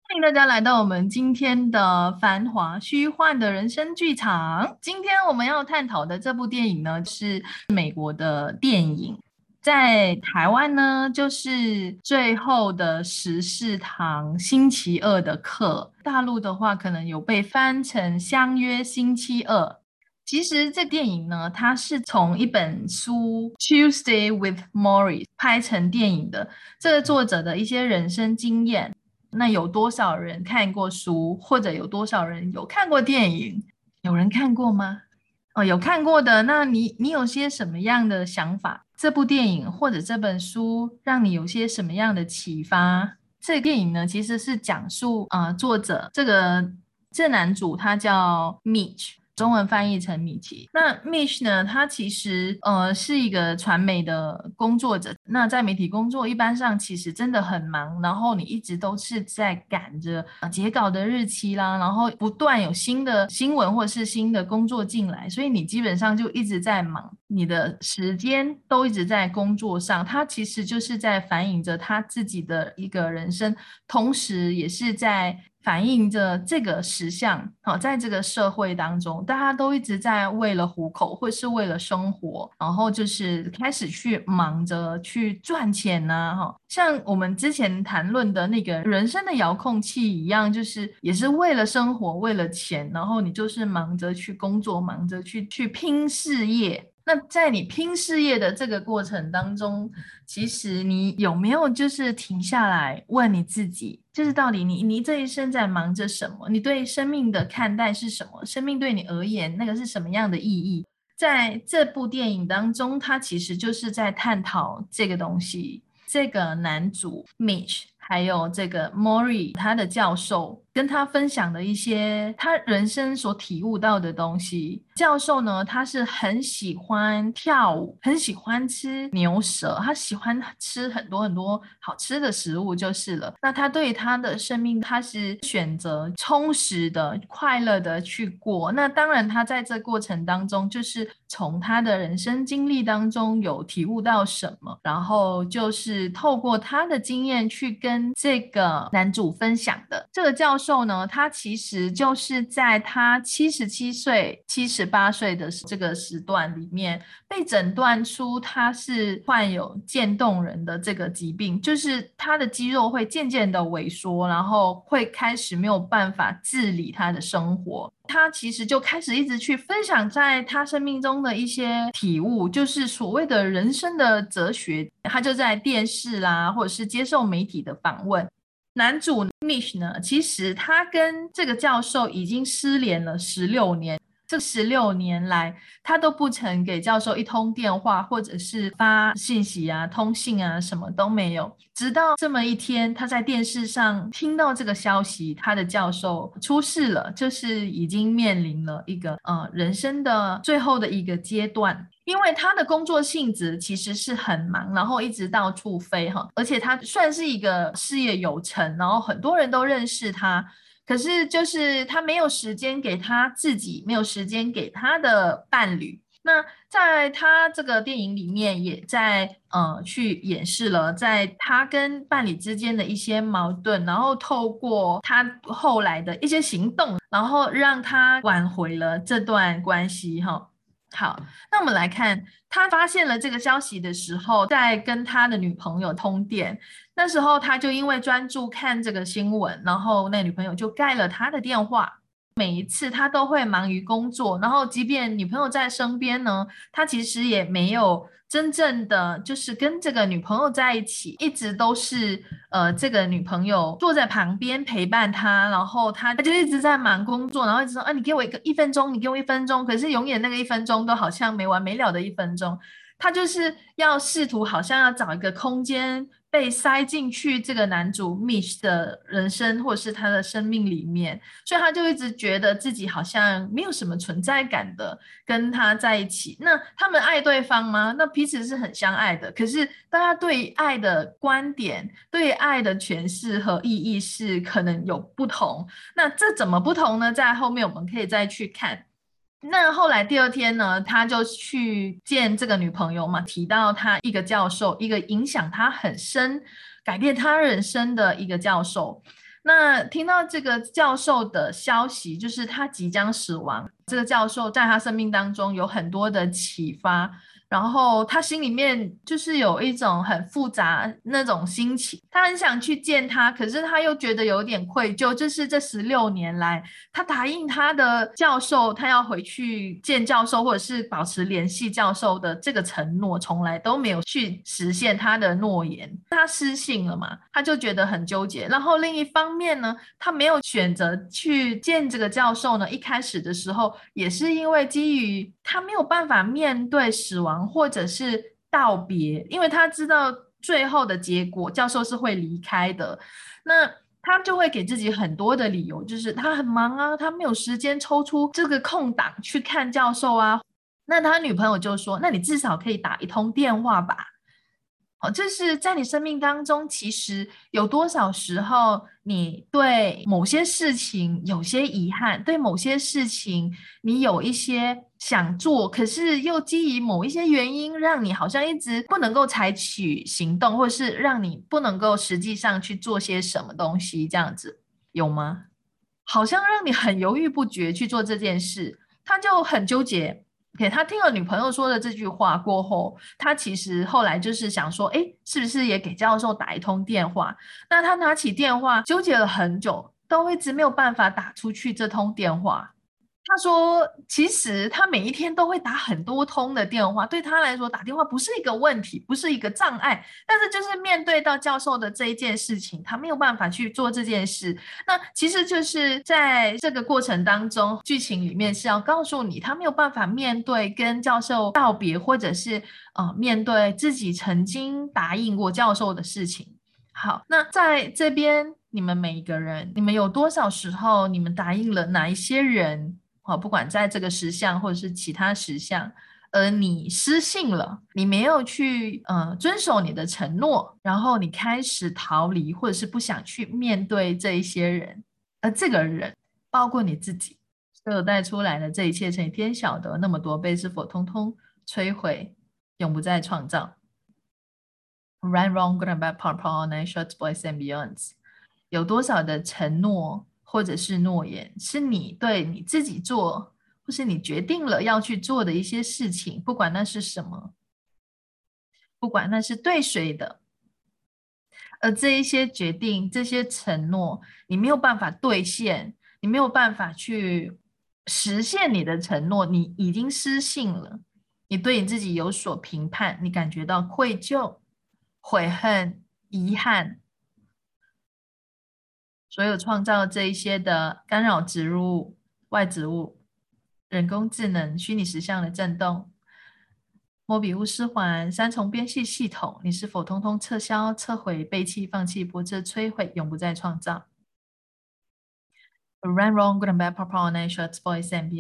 欢迎大家来到我们今天的繁华虚幻的人生剧场。今天我们要探讨的这部电影呢，是美国的电影，在台湾呢就是《最后的十四堂星期二的课》，大陆的话可能有被翻成《相约星期二》。其实这电影呢，它是从一本书《Tuesday with Morrie》拍成电影的，这个作者的一些人生经验。那有多少人看过书，或者有多少人有看过电影？有人看过吗？哦，有看过的，那你有些什么样的想法？这部电影或者这本书让你有些什么样的启发？这个电影呢，其实是讲述作者这男主他叫 Mitch。中文翻译成米奇。那 Mitch 呢？他其实是一个传媒的工作者。那在媒体工作，一般上其实真的很忙，然后你一直都是在赶着截稿的日期啦，然后不断有新的新闻或是新的工作进来，所以你基本上就一直在忙，你的时间都一直在工作上。他其实就是在反映着他自己的一个人生，同时也是在反映着这个实相，在这个社会当中，大家都一直在为了糊口或是为了生活，然后就是开始去忙着去赚钱呐，像我们之前谈论的那个人生的遥控器一样，就是也是为了生活，为了钱，然后你就是忙着去工作，忙着去拼事业。那在你拼事业的这个过程当中，其实你有没有就是停下来问你自己，就是到底你这一生在忙着什么？你对生命的看待是什么？生命对你而言那个是什么样的意义？在这部电影当中，他其实就是在探讨这个东西。这个男主 Mitch 还有这个 Maury 他的教授跟他分享的一些他人生所体悟到的东西。教授呢，他是很喜欢跳舞，很喜欢吃牛舌，他喜欢吃很多很多好吃的食物就是了。那他对他的生命，他是选择充实的、快乐的去过。那当然，他在这过程当中，就是从他的人生经历当中有体悟到什么，然后就是透过他的经验去跟这个男主分享的。这个教授呢，他其实就是在他77岁、78岁的这个时段里面，被诊断出他是患有渐冻人的这个疾病，就是他的肌肉会渐渐的萎缩，然后会开始没有办法自理他的生活。他其实就开始一直去分享在他生命中的一些体悟，就是所谓的人生的哲学。他就在电视啦，或者是接受媒体的访问。男主 Mitch 呢，其实他跟这个教授已经失联了16年。这16年来，他都不曾给教授一通电话，或者是发信息啊、通信啊，什么都没有。直到这么一天，他在电视上听到这个消息，他的教授出事了，就是已经面临了一个人生的最后的一个阶段。因为他的工作性质其实是很忙，然后一直到处飞哈，而且他算是一个事业有成，然后很多人都认识他。可是就是他没有时间给他自己，没有时间给他的伴侣。那在他这个电影里面，也在去演示了在他跟伴侣之间的一些矛盾，然后透过他后来的一些行动，然后让他挽回了这段关系哈。好，那我们来看，他发现了这个消息的时候，在跟他的女朋友通电。那时候他就因为专注看这个新闻，然后那女朋友就盖了他的电话。每一次他都会忙于工作，然后即便女朋友在身边呢，他其实也没有真正的就是跟这个女朋友在一起，一直都是这个女朋友坐在旁边陪伴他，然后他就一直在忙工作，然后一直说啊，你给我1分钟，你给我一分钟，可是永远那个一分钟都好像没完没了的一分钟。他就是要试图好像要找一个空间被塞进去这个男主 Mitch 的人生或者是他的生命里面，所以他就一直觉得自己好像没有什么存在感的跟他在一起。那他们爱对方吗？那彼此是很相爱的，可是大家对于爱的观点、对于爱的诠释和意义是可能有不同。那这怎么不同呢？在后面我们可以再去看。那后来第二天呢，他就去见这个女朋友嘛，提到他一个教授，一个影响他很深、改变他人生的一个教授。 那听到这个教授的消息，就是他即将死亡，这个教授在他生命当中有很多的启发，然后他心里面就是有一种很复杂那种心情，他很想去见他，可是他又觉得有点愧疚，就是这16年来，他答应他的教授，他要回去见教授，或者是保持联系教授的这个承诺，从来都没有去实现他的诺言。他失信了嘛，他就觉得很纠结。然后另一方面呢，他没有选择去见这个教授呢，一开始的时候也是因为基于他没有办法面对死亡或者是道别，因为他知道最后的结果，教授是会离开的。那他就会给自己很多的理由，就是他很忙啊，他没有时间抽出这个空档去看教授啊。那他女朋友就说：“那你至少可以打一通电话吧。”哦，就是在你生命当中，其实有多少时候，你对某些事情有些遗憾，对某些事情你有一些想做，可是又基于某一些原因，让你好像一直不能够采取行动，或是让你不能够实际上去做些什么东西，这样子有吗？好像让你很犹豫不决去做这件事，他就很纠结。给他听了女朋友说的这句话过后，他其实后来就是想说，诶，是不是也给教授打一通电话？那他拿起电话，纠结了很久，都一直没有办法打出去这通电话。他说，其实他每一天都会打很多通的电话，对他来说打电话不是一个问题，不是一个障碍，但是就是面对到教授的这一件事情，他没有办法去做这件事。那其实就是在这个过程当中，剧情里面是要告诉你，他没有办法面对跟教授道别，或者是面对自己曾经答应过教授的事情。好，那在这边，你们每一个人，你们有多少时候你们答应了哪一些人？好，不管在这个实相或者是其他实相，你失信了，你没有去遵守你的承诺，然后你开始逃离，或者是不想去面对这一些人，这个人包括你自己，所有带出来的这一切，成天晓得那么多被是否通通摧毁，永不再创造。Right, wrong, good and bad, part, part, night, shorts, boys and beyonds。有多少的承诺或者是诺言，是你对你自己做，或是你决定了要去做的一些事情，不管那是什么，不管那是对谁的，而这一些决定、这些承诺，你没有办法兑现，你没有办法去实现你的承诺，你已经失信了，你对你自己有所评判，你感觉到愧疚、悔恨、遗憾。所有创造这一些的干扰植入物、外植物、人工智能、虚拟实像的震动、摩比乌斯环、三重编系系统，你是否通通撤销、撤回、背弃、放弃、驳斥、摧毁，永不再创造？Run wrong, good and bad, purple, night, shorts, boys and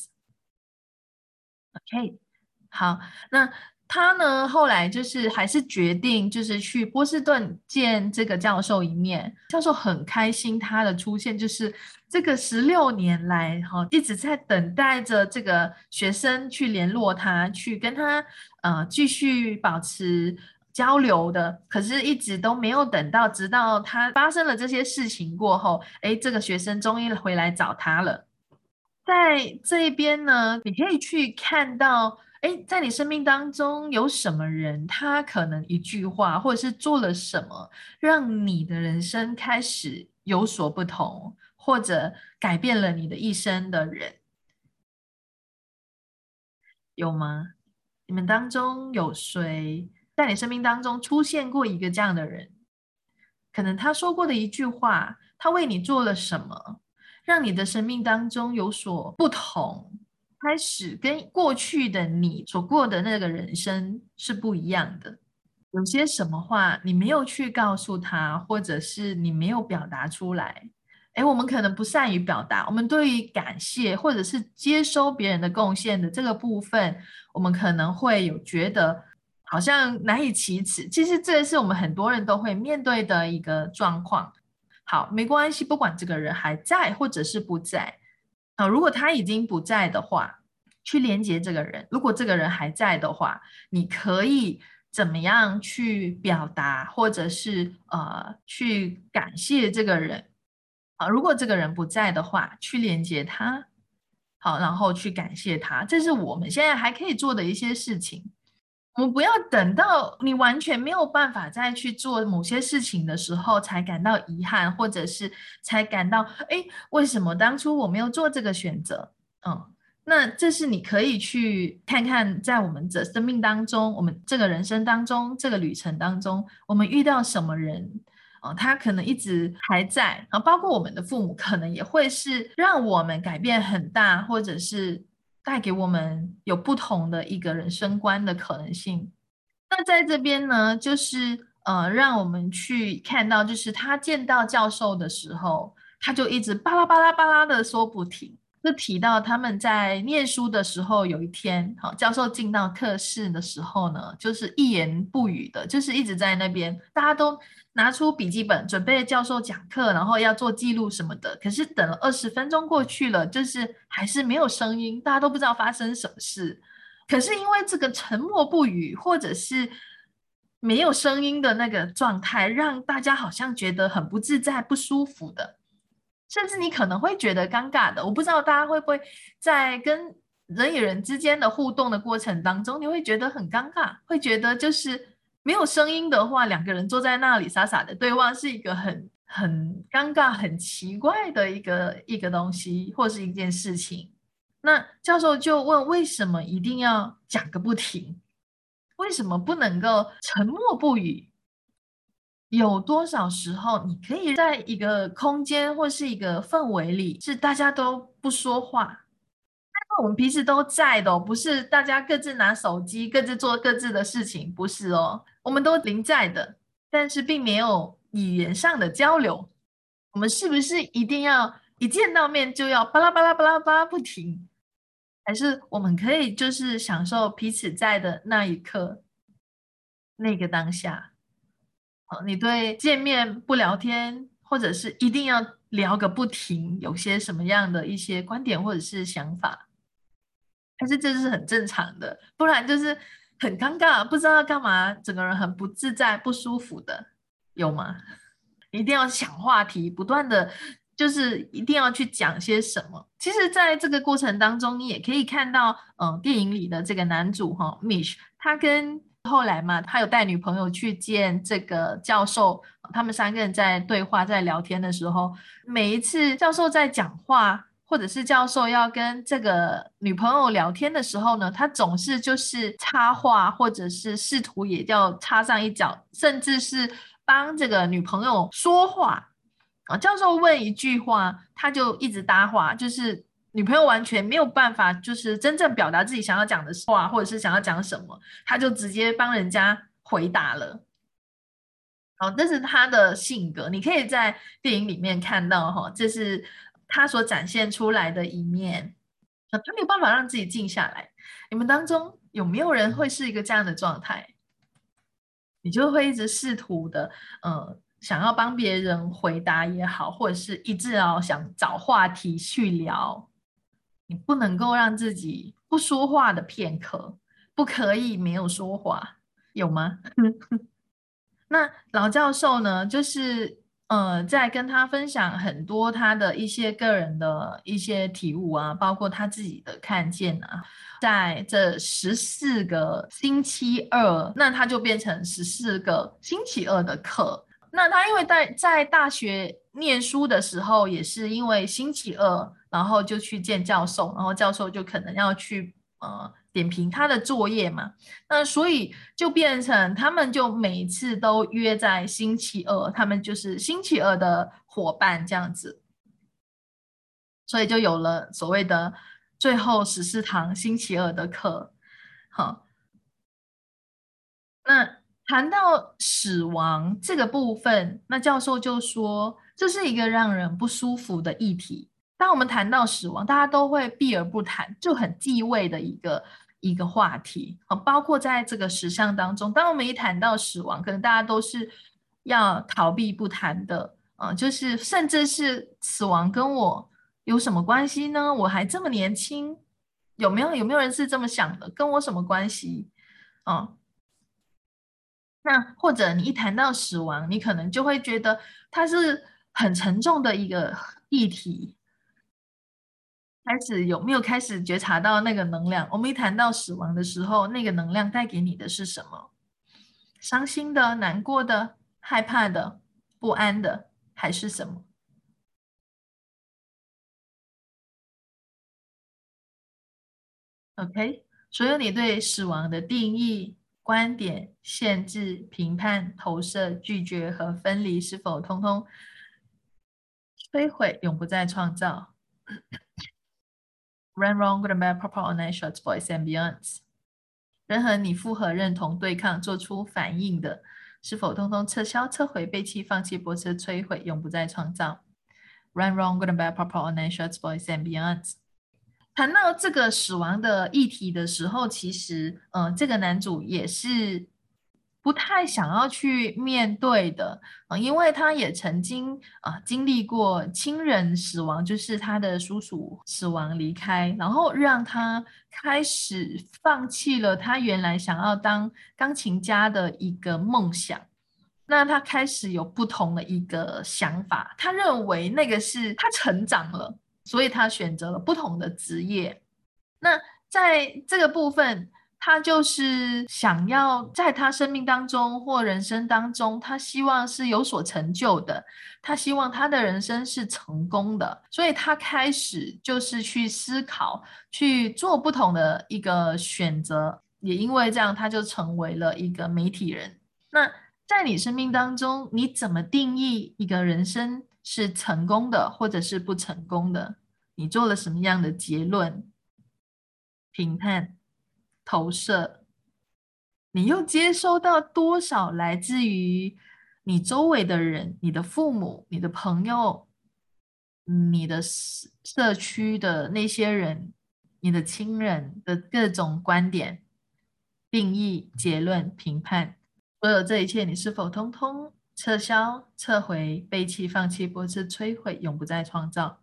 beyonds。OK，好，那他呢后来就是还是决定就是去波士顿见这个教授一面。教授很开心他的出现，就是这个16年来哈一直在等待着这个学生去联络他，去跟他继续保持交流的，可是一直都没有等到，直到他发生了这些事情过后，诶，这个学生终于回来找他了。在这一边呢，你可以去看到，哎，在你生命当中有什么人，他可能一句话，或者是做了什么，让你的人生开始有所不同，或者改变了你的一生的人，有吗？你们当中有谁在你生命当中出现过一个这样的人？可能他说过的一句话，他为你做了什么，让你的生命当中有所不同，开始跟过去的你所过的那个人生是不一样的。有些什么话你没有去告诉他，或者是你没有表达出来。诶，我们可能不善于表达，我们对于感谢或者是接收别人的贡献的这个部分，我们可能会有觉得好像难以启齿。其实这是我们很多人都会面对的一个状况。好，没关系，不管这个人还在或者是不在，如果他已经不在的话，去连接这个人；如果这个人还在的话，你可以怎么样去表达，或者是去感谢这个人？ 好，如果这个人不在的话，去连接他，好，然后去感谢他，这是我们现在还可以做的一些事情。我们不要等到你完全没有办法再去做某些事情的时候，才感到遗憾，或者是才感到，哎，为什么当初我没有做这个选择？那这是你可以去看看，在我们的生命当中，我们这个人生当中，这个旅程当中，我们遇到什么人，他可能一直还在，包括我们的父母，可能也会是让我们改变很大，或者是带给我们有不同的一个人生观的可能性。那在这边呢，就是让我们去看到，就是他见到教授的时候，他就一直巴拉巴拉巴拉的说不停。就提到他们在念书的时候，有一天，好，教授进到课室的时候呢，就是一言不语的，就是一直在那边，大家都拿出笔记本准备教授讲课，然后要做记录什么的。可是等了20分钟过去了，就是还是没有声音，大家都不知道发生什么事。可是因为这个沉默不语，或者是没有声音的那个状态，让大家好像觉得很不自在、不舒服的，甚至你可能会觉得尴尬的。我不知道大家会不会在跟人与人之间的互动的过程当中，你会觉得很尴尬，会觉得就是没有声音的话，两个人坐在那里傻傻的对望，是一个很尴尬、很奇怪的一个东西，或是一件事情。那教授就问，为什么一定要讲个不停？为什么不能够沉默不语？有多少时候你可以在一个空间或是一个氛围里，是大家都不说话，但是我们彼此都在的哦，不是大家各自拿手机，各自做各自的事情，不是哦，我们都临在的，但是并没有语言上的交流。我们是不是一定要一见到面就要巴拉巴拉巴拉巴拉不停？还是我们可以就是享受彼此在的那一刻，那个当下？你对见面不聊天，或者是一定要聊个不停，有些什么样的一些观点或者是想法？还是这是很正常的？不然就是很尴尬，不知道要干嘛，整个人很不自在、不舒服的，有吗？一定要想话题，不断的就是一定要去讲些什么。其实，在这个过程当中，你也可以看到，电影里的这个男主哈，Mitch，他跟后来嘛，他有带女朋友去见这个教授，他们3个人在对话、在聊天的时候，每一次教授在讲话。或者是教授要跟这个女朋友聊天的时候呢，他总是就是插话，或者是试图也要插上一脚，甚至是帮这个女朋友说话啊。教授问一句话，他就一直搭话，就是女朋友完全没有办法，就是真正表达自己想要讲的话，或者是想要讲什么，他就直接帮人家回答了。好，这是他的性格，你可以在电影里面看到哈，这是他所展现出来的一面。他没有办法让自己静下来。你们当中有没有人会是一个这样的状态？你就会一直试图的，想要帮别人回答也好，或者是一直要想找话题去聊，你不能够让自己不说话的片刻，不可以没有说话，有吗？那老教授呢，就是在跟他分享很多他的一些个人的一些体悟啊，包括他自己的看见啊，在这14个星期二，那他就变成14个星期二的课。那他因为在大学念书的时候，也是因为星期二，然后就去见教授，然后教授就可能要去点评他的作业嘛。那所以就变成他们就每一次都约在星期二，他们就是星期二的伙伴这样子，所以就有了所谓的最后14堂星期二的课。好，那谈到死亡这个部分，那教授就说这是一个让人不舒服的议题。当我们谈到死亡，大家都会避而不谈，就很忌讳的一个话题。包括在这个时尚当中，当我们一谈到死亡，可能大家都是要逃避不谈的。就是甚至是死亡跟我有什么关系呢？我还这么年轻，有没有人是这么想的？跟我什么关系？嗯。那或者你一谈到死亡，你可能就会觉得它是很沉重的一个议题，有没有开始觉察到那个能量？我们一谈到死亡的时候，那个能量带给你的是什么？伤心的、难过的、害怕的、不安的，还是什么？OK，所有你对死亡的定义、观点、限制、评判、投射、拒绝和分离，是否通通摧毁，永不再创造？Run wrong, good and bad, proper or nice, short, voice and beyonds。人和你复合、认同、对抗、做出反应的，是否通通撤销、撤回、背弃、放弃、驳斥、摧毁，永不再创造？Run wrong, good and bad, proper or nice, short, voice and beyonds。谈到这个死亡的议题的时候，其实，这个男主也是不太想要去面对的，因为他也曾经经历过亲人死亡，就是他的叔叔死亡离开，然后让他开始放弃了他原来想要当钢琴家的一个梦想。那他开始有不同的一个想法，他认为那个是他成长了。所以他选择了不同的职业。那在这个部分，他就是想要在他生命当中或人生当中，他希望是有所成就的，他希望他的人生是成功的，所以他开始就是去思考，去做不同的一个选择。也因为这样，他就成为了一个媒体人。那在你生命当中，你怎么定义一个人生是成功的，或者是不成功的？你做了什么样的结论、评判、投射？你又接收到多少来自于你周围的人、你的父母、你的朋友、你的社区的那些人、你的亲人的各种观点、定义、结论、评判？所有这一切，你是否通通撤销、撤回、背弃、放弃，或是摧毁，永不再创造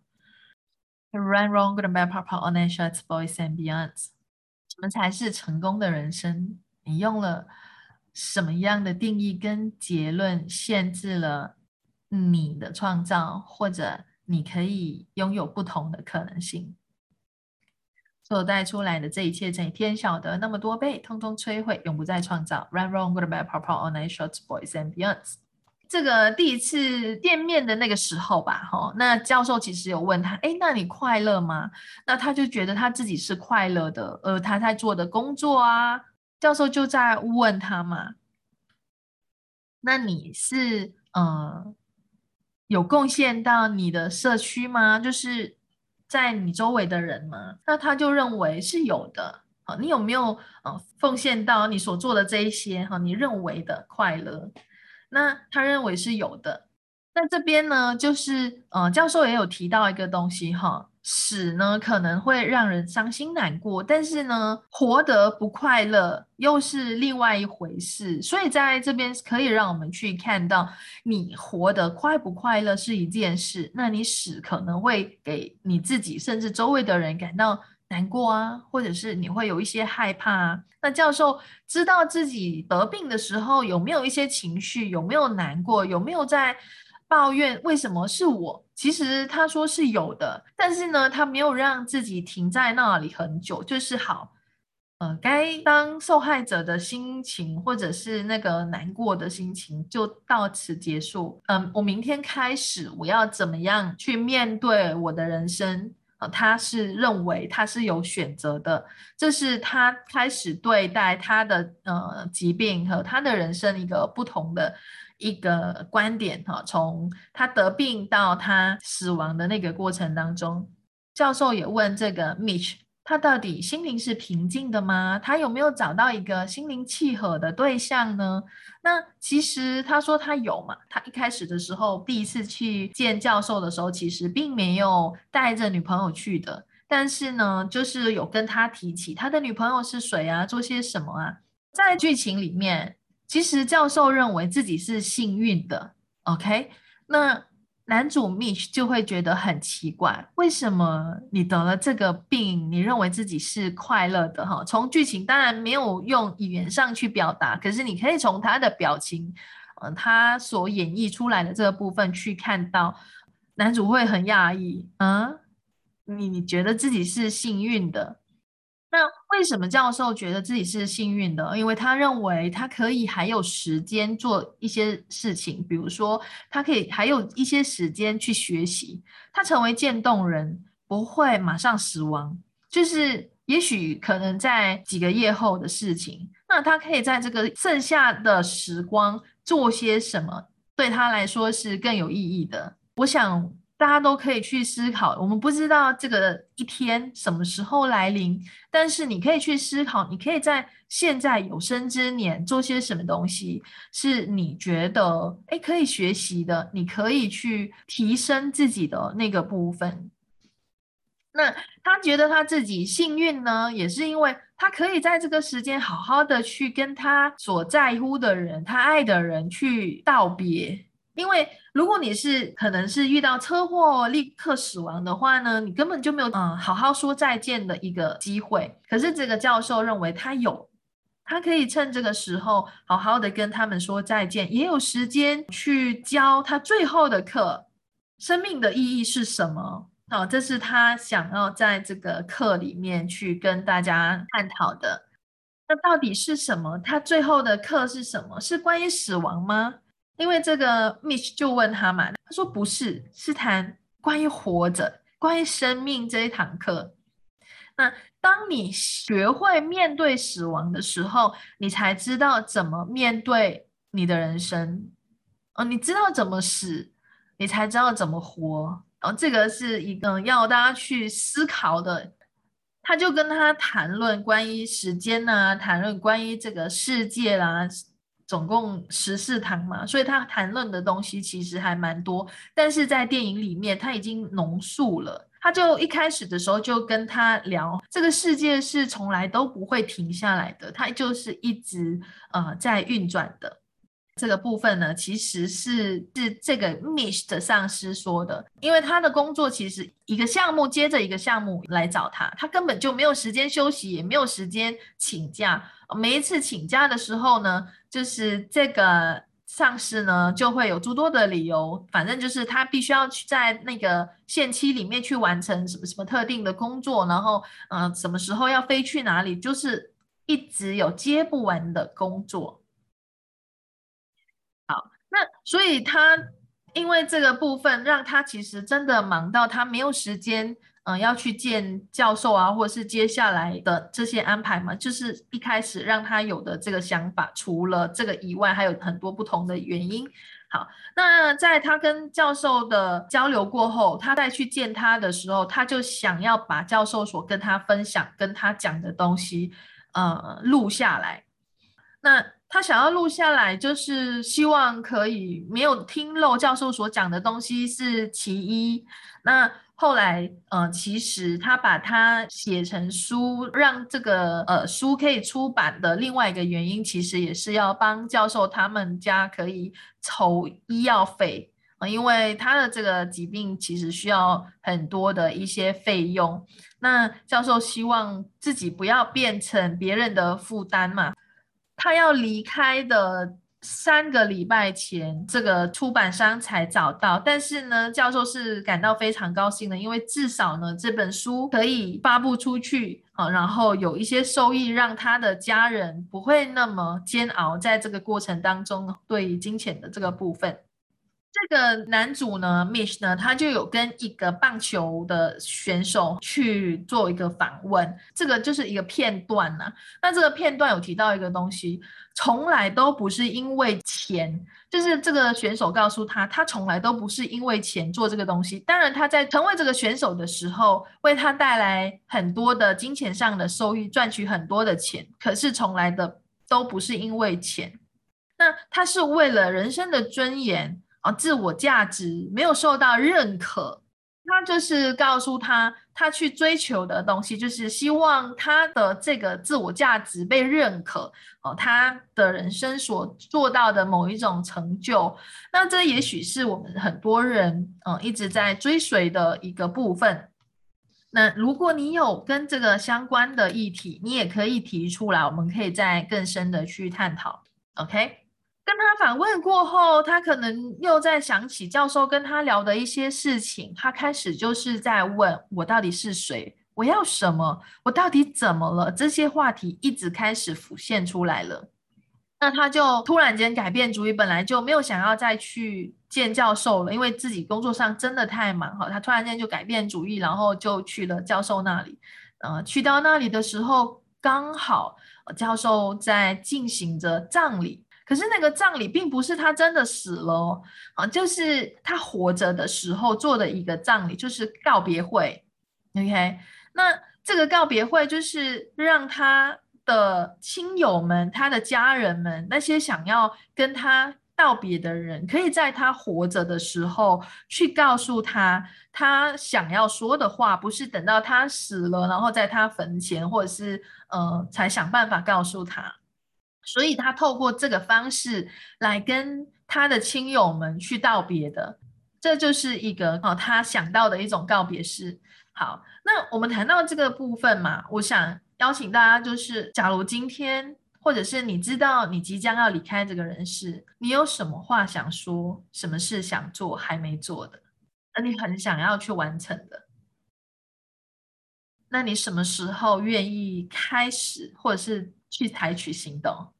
？Run wrong, good and bad, papa, online shots, boys and beyonds。什么才是成功的人生？你用了什么样的定义跟结论限制了你的创造，或者你可以拥有不同的可能性？所带出来的这一切，乘以天晓得那么多倍，通通摧毁，永不再创造。Run wrong, good and bad, papa, online shots, boys and beyonds。这个第一次见面的那个时候吧，那教授其实有问他，哎，那你快乐吗？那他就觉得他自己是快乐的，他在做的工作啊，教授就在问他嘛，那你是有贡献到你的社区吗？就是在你周围的人吗？那他就认为是有的。好，你有没有奉献到你所做的这一些哈？你认为的快乐？那他认为是有的。那这边呢，就是教授也有提到一个东西哈，死呢可能会让人伤心难过，但是呢，活得不快乐又是另外一回事。所以在这边可以让我们去看到，你活得快不快乐是一件事，那你死可能会给你自己甚至周围的人感到难过啊，或者是你会有一些害怕啊。那教授知道自己得病的时候有没有一些情绪，有没有难过，有没有在抱怨为什么是我？其实他说是有的，但是呢，他没有让自己停在那里很久，就是好，该当受害者的心情或者是那个难过的心情就到此结束。我明天开始我要怎么样去面对我的人生？他是认为他是有选择的，这是他开始对待他的疾病和他的人生一个不同的一个观点哈。从他得病到他死亡的那个过程当中，教授也问这个 Mitch，他到底心灵是平静的吗？他有没有找到一个心灵契合的对象呢？那其实他说他有嘛，他一开始的时候，第一次去见教授的时候，其实并没有带着女朋友去的，但是呢，就是有跟他提起他的女朋友是谁啊，做些什么啊。在剧情里面，其实教授认为自己是幸运的，OK？那男主 Mitch 就会觉得很奇怪，为什么你得了这个病，你认为自己是快乐的哈？从剧情当然没有用语言上去表达，可是你可以从他的表情， 他所演绎出来的这个部分去看到，男主会很讶异，你觉得自己是幸运的。那为什么教授觉得自己是幸运的？因为他认为他可以还有时间做一些事情，比如说他可以还有一些时间去学习。他成为渐冻人不会马上死亡，就是也许可能在几个月后的事情。那他可以在这个剩下的时光做些什么，对他来说是更有意义的。我想大家都可以去思考，我们不知道这个一天什么时候来临。但是你可以去思考，你可以在现在有生之年做些什么东西，是你觉得可以学习的，你可以去提升自己的那个部分。那他觉得他自己幸运呢，也是因为他可以在这个时间好好的去跟他所在乎的人、他爱的人去道别。因为如果你是可能是遇到车祸立刻死亡的话呢，你根本就没有好好说再见的一个机会。可是这个教授认为他有，他可以趁这个时候好好的跟他们说再见，也有时间去教他最后的课，生命的意义是什么？好，这是他想要在这个课里面去跟大家探讨的。那到底是什么？他最后的课是什么？是关于死亡吗？因为这个 Mitch 就问他嘛，他说不是，是谈关于活着、关于生命这一堂课。那当你学会面对死亡的时候，你才知道怎么面对你的人生。你知道怎么死，你才知道怎么活。这个是一个要大家去思考的。他就跟他谈论关于时间啊，谈论关于这个世界啦，总共14堂嘛，所以他谈论的东西其实还蛮多。但是在电影里面，他已经浓缩了。他就一开始的时候就跟他聊，这个世界是从来都不会停下来的，它就是一直在运转的。这个部分呢，其实是这个 Mish 的上司说的，因为他的工作其实一个项目接着一个项目来找他，他根本就没有时间休息，也没有时间请假。每一次请假的时候呢，就是这个上司呢就会有诸多的理由，反正就是他必须要去在那个限期里面去完成什么什么特定的工作，然后什么时候要飞去哪里，就是一直有接不完的工作。那所以他因为这个部分，让他其实真的忙到他没有时间，要去见教授啊，或者是接下来的这些安排嘛，就是一开始让他有的这个想法，除了这个以外，还有很多不同的原因。好，那在他跟教授的交流过后，他再去见他的时候，他就想要把教授所跟他分享、跟他讲的东西，录下来。那他想要录下来，就是希望可以没有听漏教授所讲的东西是其一。那后来，其实他把它写成书，让这个书可以出版的另外一个原因，其实也是要帮教授他们家可以筹医药费。因为他的这个疾病其实需要很多的一些费用，那教授希望自己不要变成别人的负担嘛。他要离开的3个礼拜前，这个出版商才找到。但是呢，教授是感到非常高兴的，因为至少呢，这本书可以发布出去啊，然后有一些收益，让他的家人不会那么煎熬，在这个过程当中对金钱的这个部分。这个男主呢，Mitch 呢，他就有跟一个棒球的选手去做一个访问，这个就是一个片段呐、那这个片段有提到一个东西，从来都不是因为钱，就是这个选手告诉他，他从来都不是因为钱做这个东西。当然，他在成为这个选手的时候，为他带来很多的金钱上的收益，赚取很多的钱，可是从来的都不是因为钱。那他是为了人生的尊严啊，自我价值没有受到认可，他就是告诉他，他去追求的东西，就是希望他的这个自我价值被认可哦，他的人生所做到的某一种成就，那这也许是我们很多人一直在追随的一个部分。那如果你有跟这个相关的议题，你也可以提出来，我们可以再更深的去探讨。OK。 跟他反问过后，他可能又在想起教授跟他聊的一些事情，他开始就是在问我到底是谁，我要什么，我到底怎么了？这些话题一直开始浮现出来了。那他就突然间改变主意，本来就没有想要再去见教授了，因为自己工作上真的太忙哈。他突然间就改变主意，然后就去了教授那里。去到那里的时候，刚好教授在进行着葬礼，可是那个葬礼并不是他真的死了哦，就是他活着的时候做的一个葬礼，就是告别会。OK，那这个告别会就是让他的亲友们、他的家人们，那些想要跟他道别的人，可以在他活着的时候去告诉他他想要说的话，不是等到他死了，然后在他坟前或者是才想办法告诉他。所以他透过这个方式来跟他的亲友们去道别的，这就是一个他想到的一种告别式。好，那我们谈到这个部分嘛，我想邀请大家，就是假如今天或者是你知道你即将要离开这个人世，你有什么话想说，什么事想做还没做的，那你很想要去完成的，那你什么时候愿意开始，或者是去采取行动？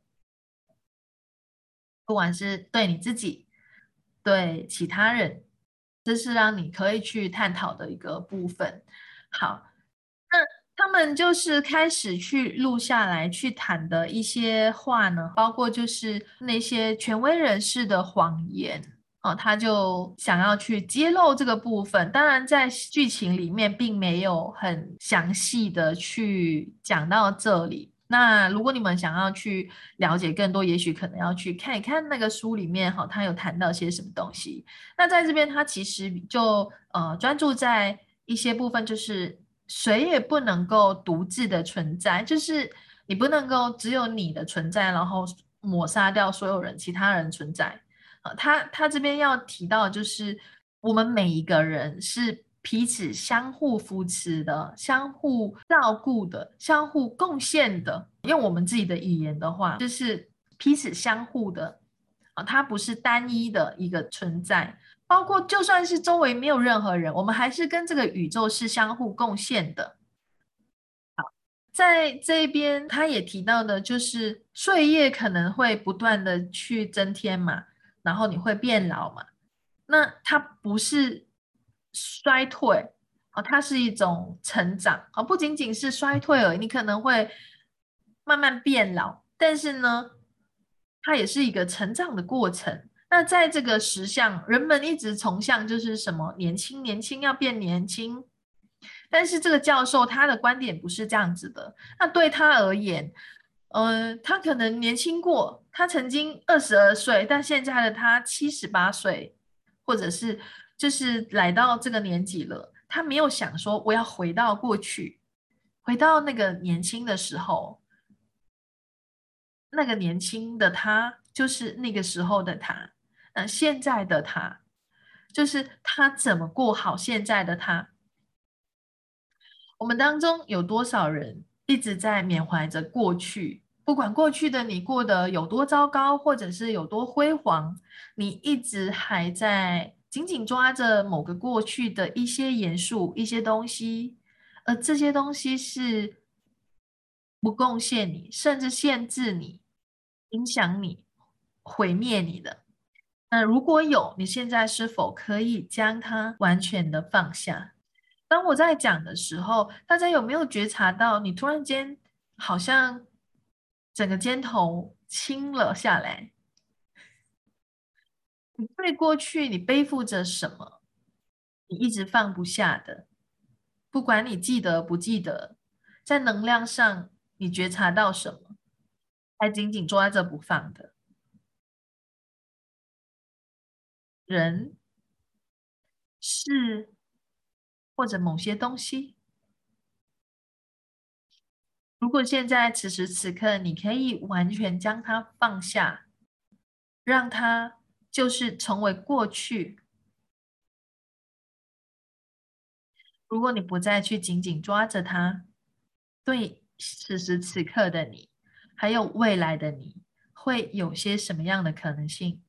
不管是对你自己，对其他人，这是让你可以去探讨的一个部分。好，那他们就是开始去录下来去谈的一些话呢，包括就是那些权威人士的谎言。哦，他就想要去揭露这个部分，当然在剧情里面并没有很详细的去讲到这里。那如果你们想要去了解更多，也许可能要去看一看那个书里面哈，他有谈到些什么东西。那在这边，他其实就专注在一些部分，就是谁也不能够独自的存在，就是你不能够只有你的存在，然后抹杀掉所有人其他人存在。他这边要提到的就是，我们每一个人是彼此相互扶持的、相互照顾的、相互贡献的。用我们自己的语言的话，就是彼此相互的它不是单一的一个存在。包括就算是周围没有任何人，我们还是跟这个宇宙是相互贡献的。在这边，他也提到的，就是岁月可能会不断的去增添嘛，然后你会变老嘛，那它不是衰退它是一种成长不仅仅是衰退而已，你可能会慢慢变老，但是呢，它也是一个成长的过程。那在这个实相，人们一直崇尚就是什么年轻，年轻要变年轻，但是这个教授他的观点不是这样子的。那对他而言，他可能年轻过，他曾经22岁，但现在的他78岁，或者是就是来到这个年纪了，他没有想说我要回到过去，回到那个年轻的时候，那个年轻的他就是那个时候的他，现在的他就是他怎么过好现在的他。我们当中有多少人一直在缅怀着过去？不管过去的你过得有多糟糕，或者是有多辉煌，你一直还在紧紧抓着某个过去的一些元素、一些东西，而这些东西是不贡献你，甚至限制你、影响你、毁灭你的。那如果有，你现在是否可以将它完全的放下？当我在讲的时候，大家有没有觉察到，你突然间好像整个肩头轻了下来？你对过去你背负着什么，你一直放不下的，不管你记得不记得，在能量上你觉察到什么，还紧紧抓着不放的人、事或者某些东西。如果现在此时此刻，你可以完全将它放下，让它就是成为过去。如果你不再去紧紧抓着它，对此时此刻的你，还有未来的你， 会有些什么样的可能性？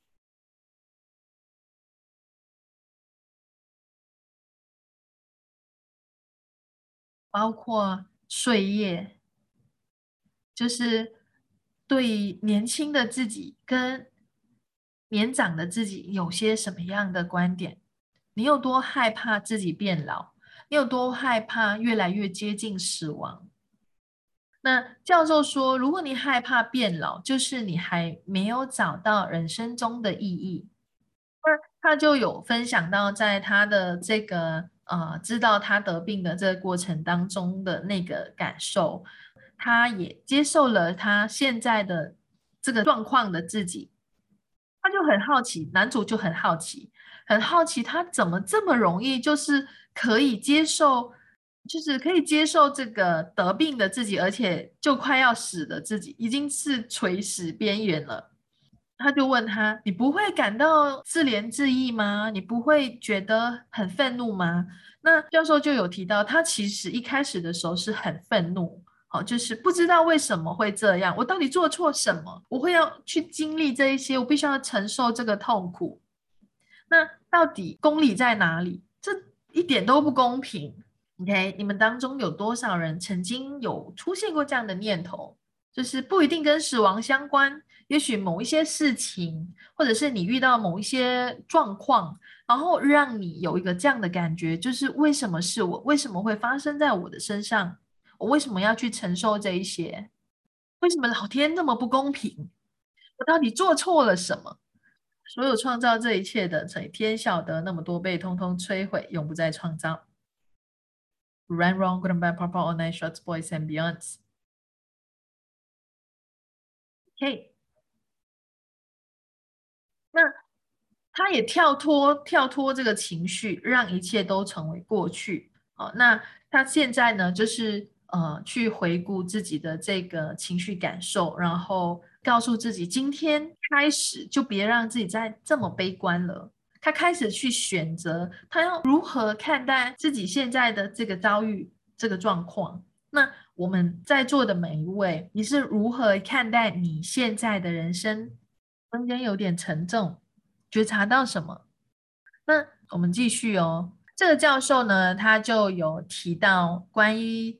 包括睡业，就是对年轻的自己跟年长的自己有些什么样的观点？你有多害怕自己变老？你有多害怕越来越接近死亡？那教授说，如果你害怕变老，就是你还没有找到人生中的意义。那他就有分享到，在他的这个知道他得病的这个过程当中的那个感受，他也接受了他现在的这个状况的自己，他就很好奇，男主就很好奇，很好奇他怎么这么容易，就是可以接受，就是可以接受这个得病的自己，而且就快要死的自己，已经是垂死边缘了。他就问他：“你不会感到自怜自艾吗？你不会觉得很愤怒吗？”那教授就有提到，他其实一开始的时候是很愤怒，好，就是不知道为什么会这样，我到底做错什么？我会要去经历这一些，我必须要承受这个痛苦。那到底公理在哪里？这一点都不公平。OK，你们当中有多少人曾经有出现过这样的念头？就是不一定跟死亡相关，也许某一些事情，或者是你遇到某一些状况，然后让你有一个这样的感觉，就是为什么是我？为什么会发生在我的身上？我为什么要去承受这一些？为什么老天那么不公平？我到底做错了什么？所有创造这一切的，谁天晓得那么多被通通摧毁，永不再创造。Run wrong, good and bad, purple, all night, shots, boys and beyonds. OK，那他也跳脱这个情绪，让一切都成为过去。哦，那他现在呢，就是去回顾自己的这个情绪感受，然后告诉自己，今天开始就别让自己再这么悲观了。他开始去选择，他要如何看待自己现在的这个遭遇、这个状况。那我们在座的每一位，你是如何看待你现在的人生？中间有点沉重，觉察到什么？那我们继续哦。这个教授呢，他就有提到关于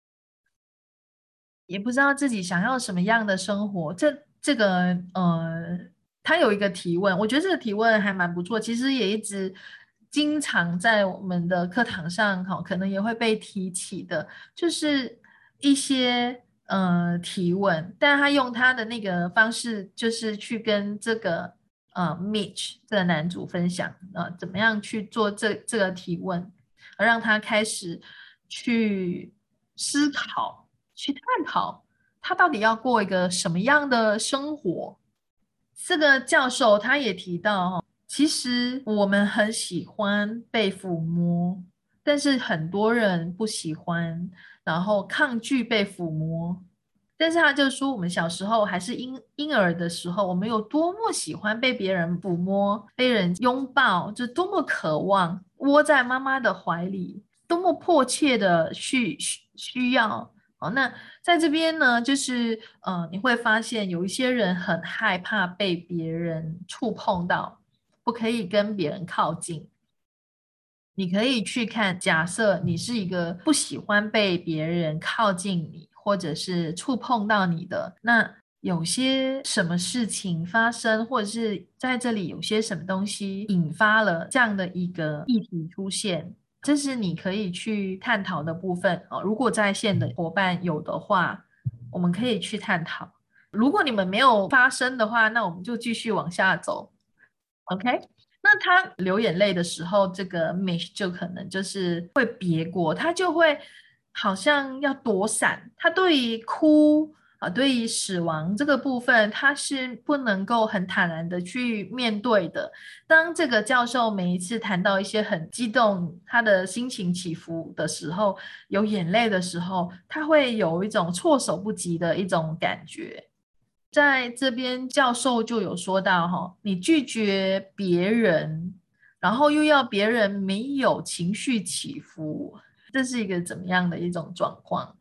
也不知道自己想要什么样的生活。这个他有一个提问，我觉得这个提问还蛮不错。其实也一直经常在我们的课堂上，哈，可能也会被提起的，就是一些提问，但他用他的那个方式，就是去跟这个Mitch 这个男主分享怎么样去做这个提问，让他开始去思考。去探讨他到底要过一个什么样的生活。这个教授他也提到，其实我们很喜欢被抚摸，但是很多人不喜欢，然后抗拒被抚摸。但是他就说，我们小时候还是婴儿的时候，我们有多么喜欢被别人抚摸、被人拥抱，就多么渴望窝在妈妈的怀里，多么迫切的需要。哦，那在这边呢，就是你会发现有一些人很害怕被别人触碰到，不可以跟别人靠近。你可以去看，假设你是一个不喜欢被别人靠近你，或者是触碰到你的，那有些什么事情发生，或者是在这里有些什么东西引发了这样的一个议题出现，这是你可以去探讨的部分哦。如果在线的伙伴有的话，我们可以去探讨。如果你们没有发生的话，那我们就继续往下走。OK，那他流眼泪的时候，这个 Mish 就可能就是会别过，他就会好像要躲闪。他对于哭啊，对于死亡这个部分，他是不能够很坦然的去面对的。当这个教授每一次谈到一些很激动，他的心情起伏的时候，有眼泪的时候，他会有一种措手不及的一种感觉。在这边教授就有说到哈，你拒绝别人，然后又要别人没有情绪起伏，这是一个怎么样的一种状况？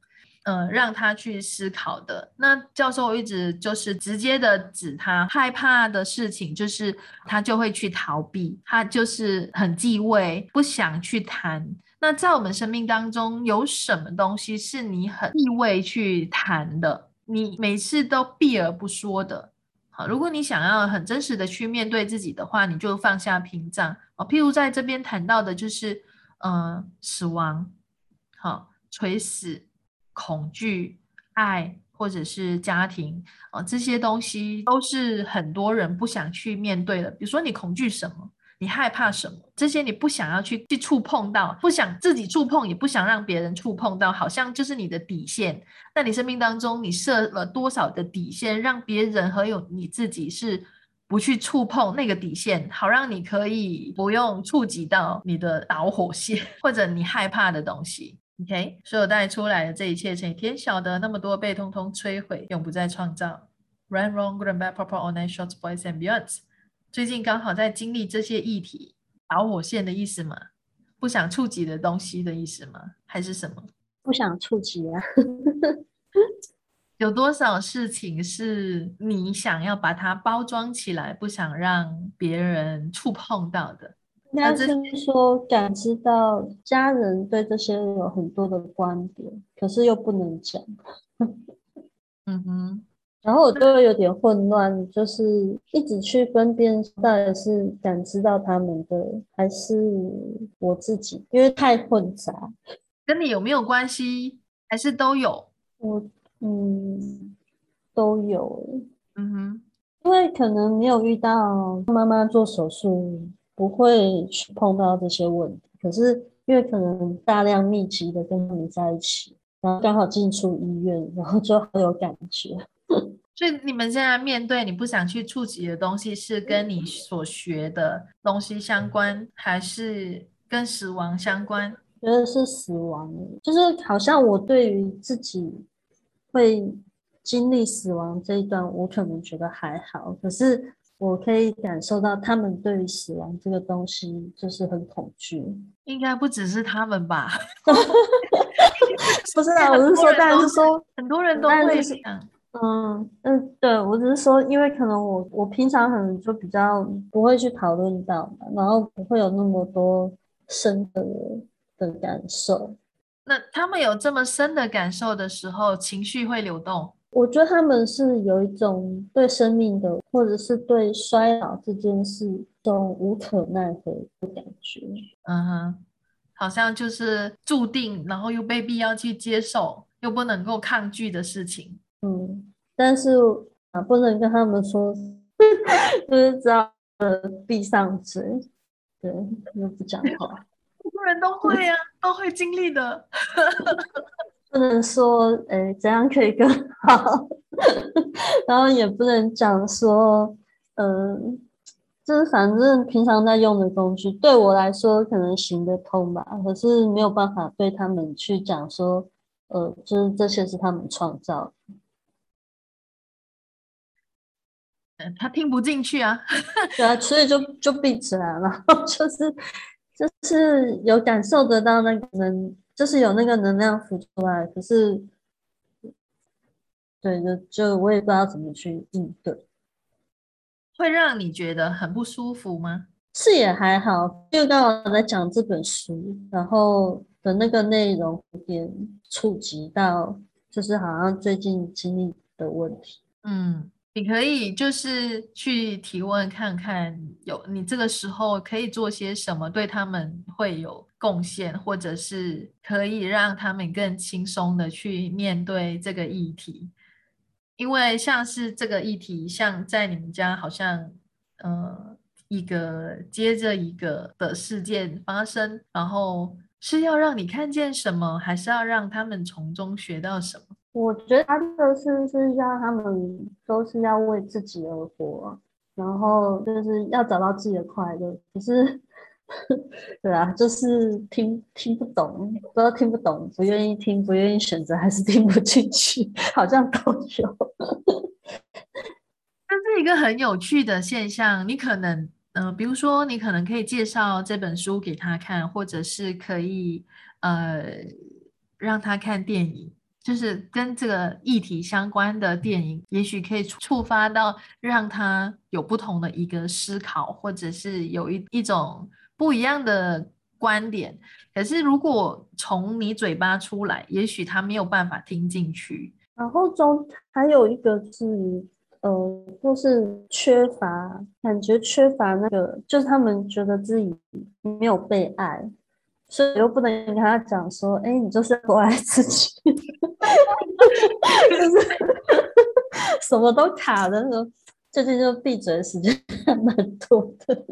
让他去思考的。那教授一直就是直接的指他害怕的事情，就是他就会去逃避，他就是很忌讳，不想去谈。那在我们生命当中，有什么东西是你很忌讳去谈的？你每次都避而不说的？好，如果你想要很真实的去面对自己的话，你就放下屏障。譬如在这边谈到的就是，死亡，好，垂死、恐惧、爱，或者是家庭，这些东西都是很多人不想去面对的。比如说，你恐惧什么？你害怕什么？这些你不想要去触碰到，不想自己触碰，也不想让别人触碰到，好像就是你的底线。那你生命当中，你设了多少的底线，让别人还有你自己是不去触碰那个底线，好让你可以不用触及到你的导火线或者你害怕的东西。OK，所有带出来的这一切，乘以天晓得，那么多被通通摧毁，永不再创造。Right, wrong, good and bad, proper, all night, shorts, boys and beyonds。最近刚好在经历这些议题，导火线的意思吗？不想触及的东西的意思吗？还是什么？ 不想触及啊。 有多少事情是你想要把它包装起来，不想让别人触碰到的？ 应该是那这些， 说感知到家人对这些有很多的观点，可是又不能讲。 嗯哼， 然后我就会有点混乱，就是一直去分辨到底是感知到他们的，还是我自己，因为太混杂。 跟你有没有关系？还是都有？ 我都有欸， 嗯哼， 因为可能没有遇到妈妈做手术，不会去碰到这些问题。可是因为可能大量密集的跟他们在一起，然后刚好进出医院，然后就很有感觉。 所以你们现在面对你不想去触及的东西，是跟你所学的东西相关，还是跟死亡相关？ 觉得是死亡，就是好像我对于自己会经历死亡这一段，我可能觉得还好，可是我可以感受到他们对于死亡这个东西就是很恐惧。 应该不只是他们吧？ 不是啊，我很是说，当多人都会， 然是说， 很多人都当然就是， 会这样。 对，我只是说，因为可能我平常可能就比较不会去讨论到嘛，然后不会有那么多深的感受。 那他们有这么深的感受的时候，情绪会流动。 我觉得他们是有一种对生命的，或者是对衰老这件事，一种无可奈何的感觉。 嗯哼，好像就是注定，然后又被逼要去接受，又不能够抗拒的事情。 但是不能跟他们说，就是只要闭上嘴，对，就不讲话。 很多人都会啊，都会经历的。 不能说，怎样可以更好，然后也不能讲说，嗯、就是反正平常在用的工具，对我来说可能行得通吧，可是没有办法对他们去讲说，就是这些是他们创造的。 他听不进去啊。 对啊，所以就闭嘴啊，然后就是有感受得到那个就是有那个能量浮出来，可是对，就我也不知道怎么去应对。 会让你觉得很不舒服吗？ 是也还好，就刚好在讲这本书，然后的那个内容有点触及到，就是好像最近经历的问题。 嗯，你可以就是去提问看看，你这个时候可以做些什么，对他们会有贡献，或者是可以让他们更轻松的去面对这个议题。因为像是这个议题，像在你们家好像呃一个接着一个的事件发生，然后是要让你看见什么，还是要让他们从中学到什么？ 我觉得他的是让他们都是要为自己而活，然后就是要找到自己的快乐。可是，对啊，就是听不懂，不知道听不懂，不愿意听，不愿意选择，还是听不进去，好像都有。 这是一个很有趣的现象。你可能，比如说，你可能可以介绍这本书给他看，或者是可以，呃，让他看电影， 就是跟这个议题相关的电影，也许可以触发到让他有不同的一个思考，或者是有一种不一样的观点。可是如果从你嘴巴出来，也许他没有办法听进去。 然后中还有一个是，就是感觉缺乏那个，就是他们觉得自己没有被爱，所以又不能跟他讲说，哎，你就是要多爱自己，就是什么都卡的那种。最近就闭嘴的时间还蛮多的。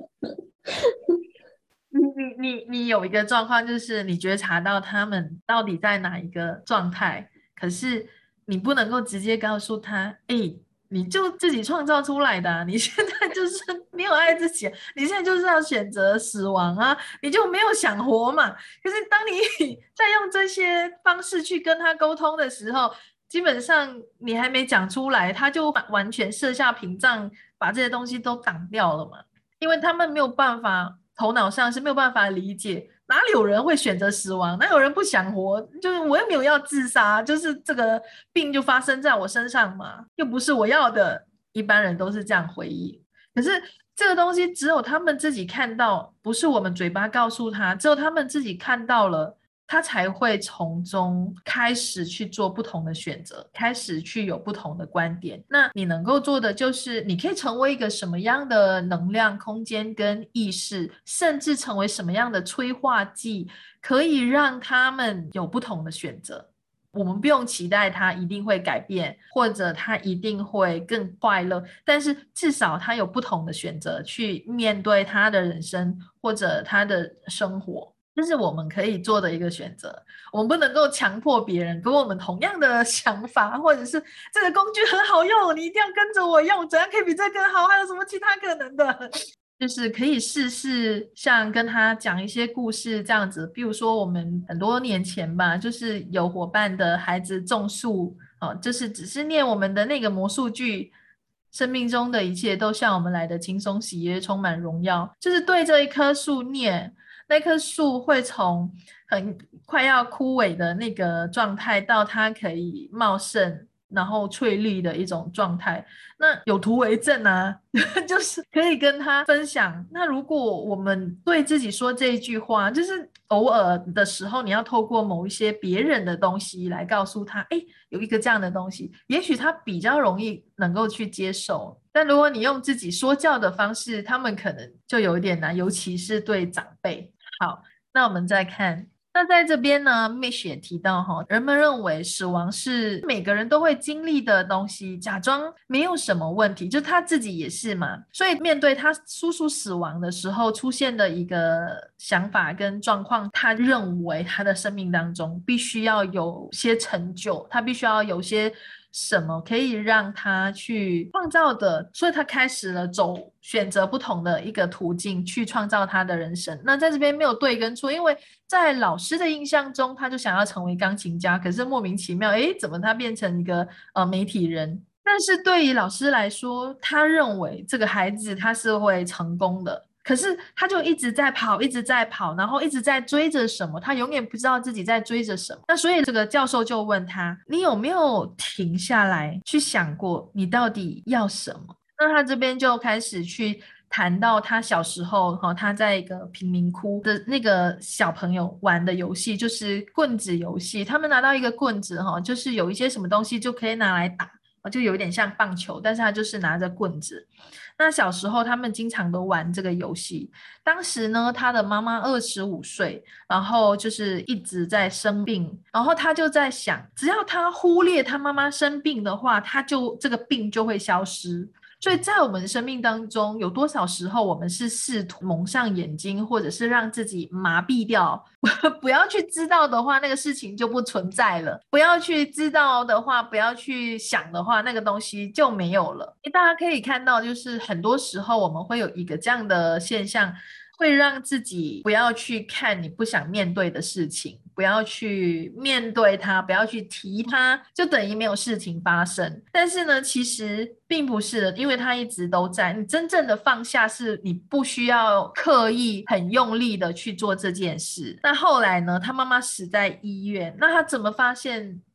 你有一个状况，就是你觉察到他们到底在哪一个状态，可是你不能够直接告诉他，哎，你就自己创造出来的啊，你现在就是没有爱自己啊，你现在就是要选择死亡啊，你就没有想活嘛。可是当你在用这些方式去跟他沟通的时候，基本上你还没讲出来，他就完全设下屏障，把这些东西都挡掉了嘛。因为他们没有办法，头脑上是没有办法理解，哪里有人会选择死亡，哪有人不想活？就是我又没有要自杀，就是这个病就发生在我身上嘛，又不是我要的。一般人都是这样回忆，可是这个东西只有他们自己看到，不是我们嘴巴告诉他，只有他们自己看到了。他才会从中开始去做不同的选择，开始去有不同的观点。那你能够做的就是，你可以成为一个什么样的能量、空间跟意识，甚至成为什么样的催化剂，可以让他们有不同的选择。我们不用期待他一定会改变，或者他一定会更快乐，但是至少他有不同的选择去面对他的人生或者他的生活。这是我们可以做的一个选择，我们不能够强迫别人跟我们同样的想法，或者是这个工具很好用，你一定要跟着我用，怎样可以比这更好？还有什么其他可能的？就是可以试试，像跟他讲一些故事这样子。比如说，我们很多年前吧，就是有伙伴的孩子种树，哦，就是只是念我们的那个魔术剧。生命中的一切都向我们来的轻松喜悦，充满荣耀。就是对着一棵树念，那棵树会从很快要枯萎的那个状态，到它可以茂盛，然后翠绿的一种状态。那有图为证啊，就是可以跟他分享。那如果我们对自己说这一句话，就是偶尔的时候，你要透过某一些别人的东西来告诉他，哎，有一个这样的东西，也许他比较容易能够去接受。但如果你用自己说教的方式，他们可能就有一点难，尤其是对长辈。好，那我们再看。那在这边呢，Mish 也提到哈，人们认为死亡是每个人都会经历的东西，假装没有什么问题，就他自己也是嘛。所以面对他叔叔死亡的时候出现的一个想法跟状况，他认为他的生命当中必须要有些成就，他必须要有些什么可以让他去创造的，所以他开始了选择不同的一个途径去创造他的人生。那在这边没有对跟错，因为在老师的印象中，他就想要成为钢琴家，可是莫名其妙，诶，怎么他变成一个媒体人？但是对于老师来说，他认为这个孩子他是会成功的。可是他就一直在跑，一直在跑，然后一直在追着什么，他永远不知道自己在追着什么。那所以这个教授就问他：你有没有停下来去想过，你到底要什么？那他这边就开始去谈到他小时候，他在一个贫民窟的那个小朋友玩的游戏，就是棍子游戏。他们拿到一个棍子，就是有一些什么东西就可以拿来打，就有一点像棒球，但是他就是拿着棍子。那小时候他们经常都玩这个游戏。当时呢，他的妈妈25岁，然后就是一直在生病，然后他就在想，只要他忽略他妈妈生病的话，这个病就会消失。所以在我们的生命当中，有多少时候我们是试图蒙上眼睛，或者是让自己麻痹掉，不要去知道的话，那个事情就不存在了；不要去知道的话，不要去想的话，那个东西就没有了。大家可以看到，就是很多时候我们会有一个这样的现象，会让自己不要去看你不想面对的事情，不要去面对它，不要去提它，就等于没有事情发生。但是呢，其实并不是的，因为它一直都在。你真正的放下是你不需要刻意很用力的去做这件事。那后来呢，他妈妈死在医院，那他怎么发现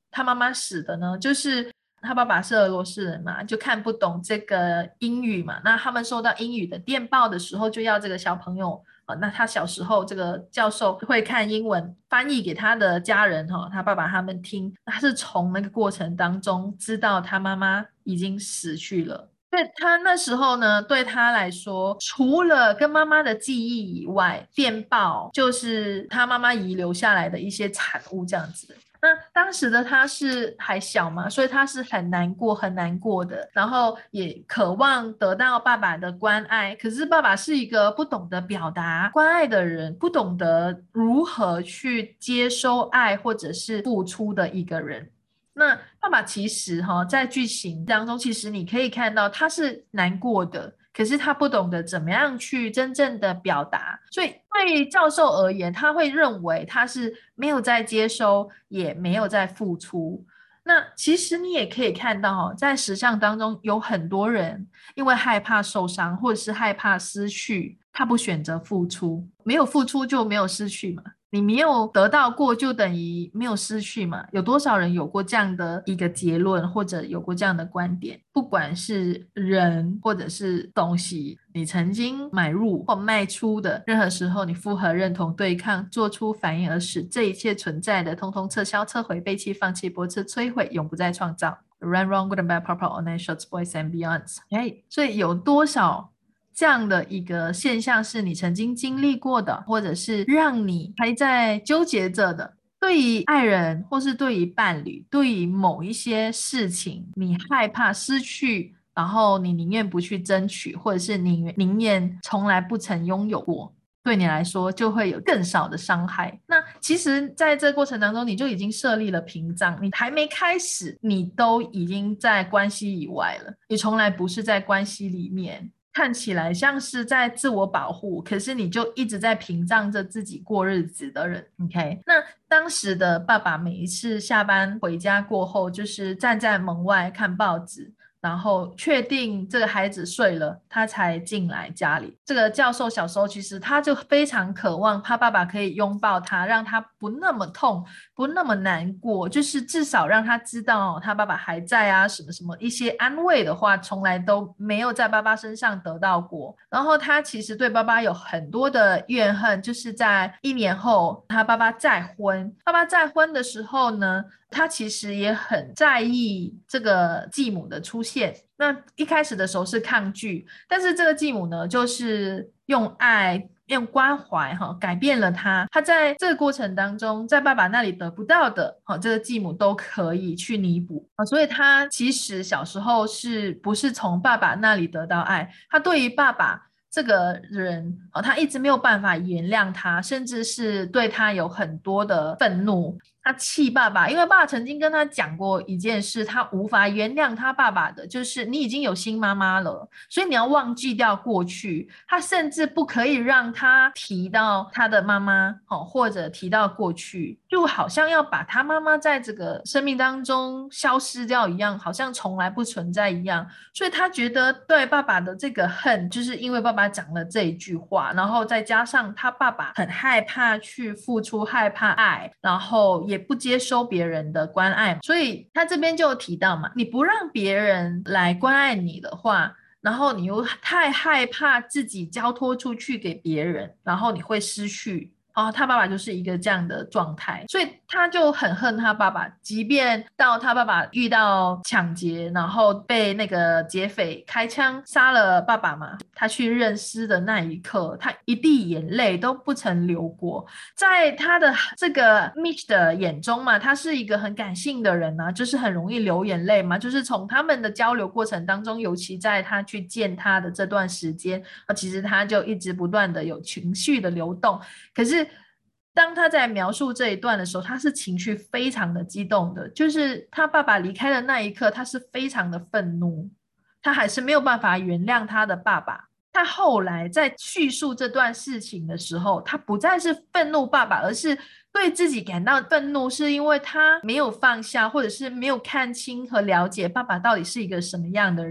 他妈妈死的呢，就是他爸爸是俄罗斯人嘛，就看不懂这个英语嘛，那他们收到英语的电报的时候，就要这个小朋友那他小时候这个教授会看英文翻译给他的家人他爸爸他们听，他是从那个过程当中知道他妈妈已经死去了。对他那时候呢，对他来说，除了跟妈妈的记忆以外，电报就是他妈妈遗留下来的一些产物这样子。那当时的他是还小嘛，所以他是很难过很难过的，然后也渴望得到爸爸的关爱，可是爸爸是一个不懂得表达关爱的人，不懂得如何去接收爱或者是付出的一个人。那爸爸其实在剧情当中，其实你可以看到他是难过的，可是他不懂得怎么样去真正的表达，所以对教授而言，他会认为他是没有在接收，也没有在付出。那其实你也可以看到在实相当中有很多人因为害怕受伤，或者是害怕失去，他不选择付出，没有付出就没有失去嘛。你没有得到过，就等于没有失去嘛？有多少人有过这样的一个结论，或者有过这样的观点？不管是人或者是东西，你曾经买入或卖出的，任何时候你复合、认同、对抗、做出反应而使这一切存在的，通通撤销、撤回、背弃、放弃、驳斥、摧毁，永不再创造。Right, wrong, good and bad, purple, online, shorts, boys and beyonds. 所以有多少这样的一个现象是你曾经经历过的，或者是让你还在纠结着的？对于爱人，或是对于伴侣，对于某一些事情，你害怕失去，然后你宁愿不去争取，或者是你宁愿从来不曾拥有过，对你来说就会有更少的伤害。那其实在这个过程当中，你就已经设立了屏障，你还没开始，你都已经在关系以外了，你从来不是在关系里面，看起来像是在自我保护，可是你就一直在屏障着自己过日子的人。 OK， 那当时的爸爸每一次下班回家过后，就是站在门外看报纸，然后确定这个孩子睡了，他才进来家里。这个教授小时候其实他就非常渴望他爸爸可以拥抱他，让他不那么痛，不那么难过，就是至少让他知道他爸爸还在啊，什么什么一些安慰的话从来都没有在爸爸身上得到过。然后他其实对爸爸有很多的怨恨，就是在1年后他爸爸再婚，爸爸再婚的时候呢，他其实也很在意这个继母的出现。那一开始的时候是抗拒，但是这个继母呢，就是用爱用关怀改变了他。他在这个过程当中，在爸爸那里得不到的这个继母都可以去弥补所以他其实小时候是不是从爸爸那里得到爱，他对于爸爸这个人他一直没有办法原谅他，甚至是对他有很多的愤怒。他气爸爸，因为爸爸曾经跟他讲过一件事，他无法原谅他爸爸的，就是你已经有新妈妈了，所以你要忘记掉过去。他甚至不可以让他提到他的妈妈或者提到过去，就好像要把他妈妈在这个生命当中消失掉一样，好像从来不存在一样。所以他觉得对爸爸的这个恨，就是因为爸爸讲了这一句话，然后再加上他爸爸很害怕去付出，害怕爱，然后也不接收别人的关爱，所以他这边就有提到嘛，你不让别人来关爱你的话，然后你又太害怕自己交托出去给别人，然后你会失去他爸爸就是一个这样的状态，所以他就很恨他爸爸，即便到他爸爸遇到抢劫，然后被那个劫匪开枪杀了爸爸嘛，他去认尸的那一刻，他一滴眼泪都不曾流过。在他的这个 Mitch 的眼中嘛，他是一个很感性的人啊，就是很容易流眼泪嘛，就是从他们的交流过程当中，尤其在他去见他的这段时间其实他就一直不断的有情绪的流动。可是当他在描述这一段的时候，他是情绪非常的激动的，就是他爸爸离开的那一刻，他是非常的愤怒，他还是没有办法原谅他的爸爸。他后来在叙述这段事情的时候，他不再是愤怒爸爸，而是对自己感到愤怒，是因为他没有放下，或者是没有看清和了解爸爸到底是一个什么样的人。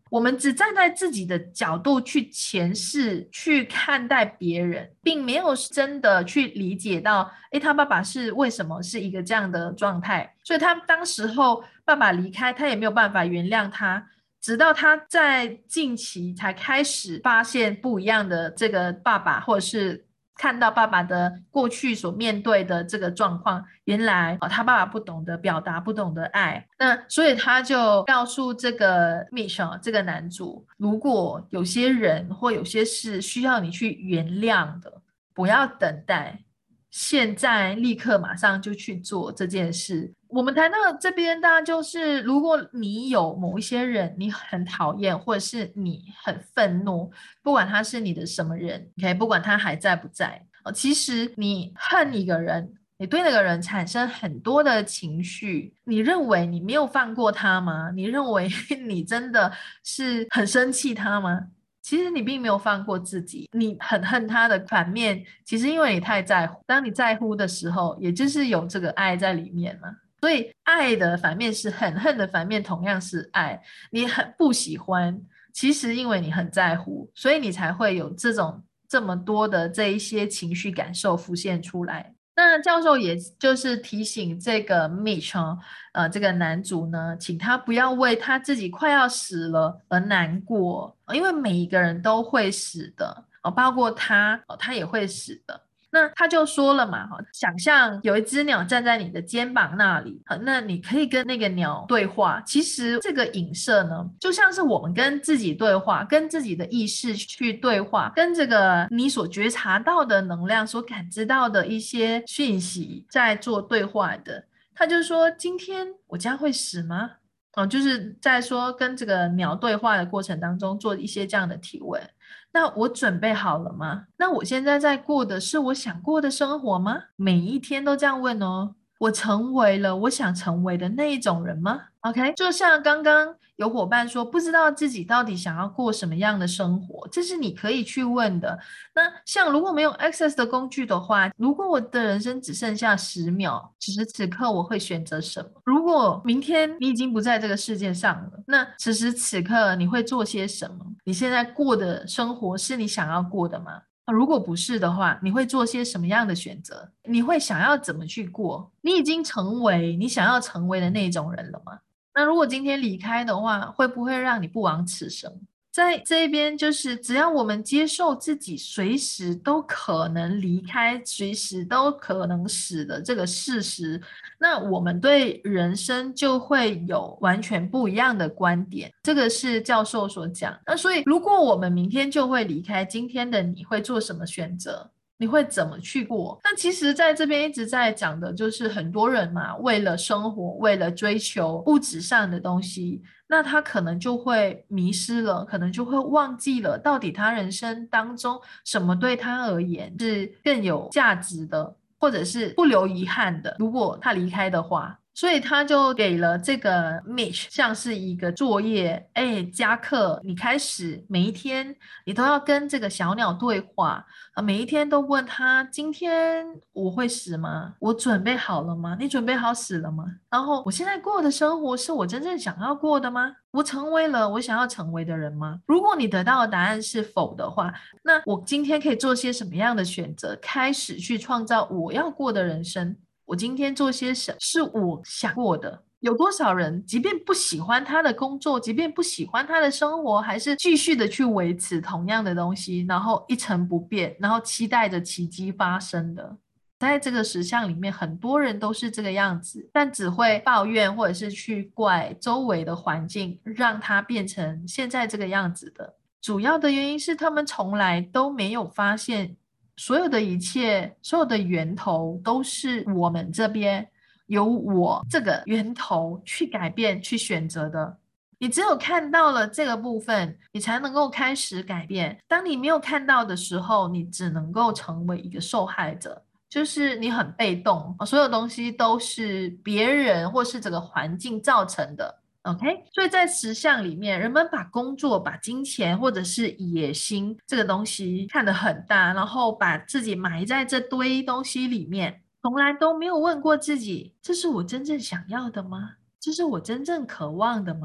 我们只站在自己的角度去诠释、去看待别人，并没有真的去理解到，他爸爸是为什么是一个这样的状态，所以他当时候爸爸离开，他也没有办法原谅他，直到他在近期才开始发现不一样的这个爸爸，或者是看到爸爸的过去所面对的这个状况，原来他爸爸不懂得表达，不懂得爱，那所以他就告诉这个 Mitch 这个男主，如果有些人或有些事需要你去原谅的，不要等待，现在立刻马上就去做这件事。我们谈到这边，大家就是如果你有某一些人你很讨厌，或者是你很愤怒，不管他是你的什么人 OK， 不管他还在不在，其实你恨一个人，你对那个人产生很多的情绪，你认为你没有放过他吗？你认为你真的是很生气他吗？其实你并没有放过自己，你很恨他的反面，其实因为你太在乎，当你在乎的时候，也就是有这个爱在里面嘛。所以爱的反面是恨，恨的反面同样是爱。你很不喜欢，其实因为你很在乎，所以你才会有这么多的这一些情绪感受浮现出来。那教授也就是提醒这个 Mitch 这个男主呢，请他不要为他自己快要死了而难过，因为每一个人都会死的，包括他，他也会死的。那他就说了嘛，想象有一只鸟站在你的肩膀那里，那你可以跟那个鸟对话。其实这个影射呢，就像是我们跟自己对话，跟自己的意识去对话，跟这个你所觉察到的能量、所感知到的一些讯息在做对话的。他就说：今天我将会死吗？就是在说跟这个鸟对话的过程当中做一些这样的提问。那我准备好了吗？那我现在在过的是我想过的生活吗？每一天都这样问哦。我成为了我想成为的那一种人吗？ OK， 就像刚刚有伙伴说，不知道自己到底想要过什么样的生活，这是你可以去问的。那像如果没有 Access 的工具的话，如果我的人生只剩下10秒，此时此刻我会选择什么？如果明天你已经不在这个世界上了，那此时此刻你会做些什么？你现在过的生活是你想要过的吗？如果不是的话，你会做些什么样的选择？你会想要怎么去过？你已经成为你想要成为的那种人了吗？那如果今天离开的话，会不会让你不枉此生？在这边，就是只要我们接受自己随时都可能离开，随时都可能死的这个事实，那我们对人生就会有完全不一样的观点。这个是教授所讲。那所以，如果我们明天就会离开，今天的你会做什么选择？你会怎么去过？那其实在这边一直在讲的就是很多人嘛，为了生活，为了追求物质上的东西，那他可能就会迷失了，可能就会忘记了到底他人生当中什么对他而言是更有价值的，或者是不留遗憾的，如果他离开的话。所以他就给了这个 Mitch 像是一个作业，加课，你开始每一天你都要跟这个小鸟对话，每一天都问他：今天我会死吗？我准备好了吗？你准备好死了吗？然后我现在过的生活是我真正想要过的吗？我成为了我想要成为的人吗？如果你得到的答案是否的话，那我今天可以做些什么样的选择，开始去创造我要过的人生？我今天做些什么是我想过的？有多少人即便不喜欢他的工作，即便不喜欢他的生活，还是继续的去维持同样的东西，然后一成不变，然后期待着奇迹发生的？在这个实相里面，很多人都是这个样子，但只会抱怨或者是去怪周围的环境，让他变成现在这个样子的。主要的原因是他们从来都没有发现，所有的一切，所有的源头都是我们这边由我这个源头去改变、去选择的。你只有看到了这个部分，你才能够开始改变。当你没有看到的时候，你只能够成为一个受害者。就是你很被动，所有东西都是别人或是整个环境造成的。OK，所以在实相里面，人们把工作、把金钱或者是野心这个东西看得很大，然后把自己埋在这堆东西里面，从来都没有问过自己：这是我真正想要的吗？这是我真正渴望的吗？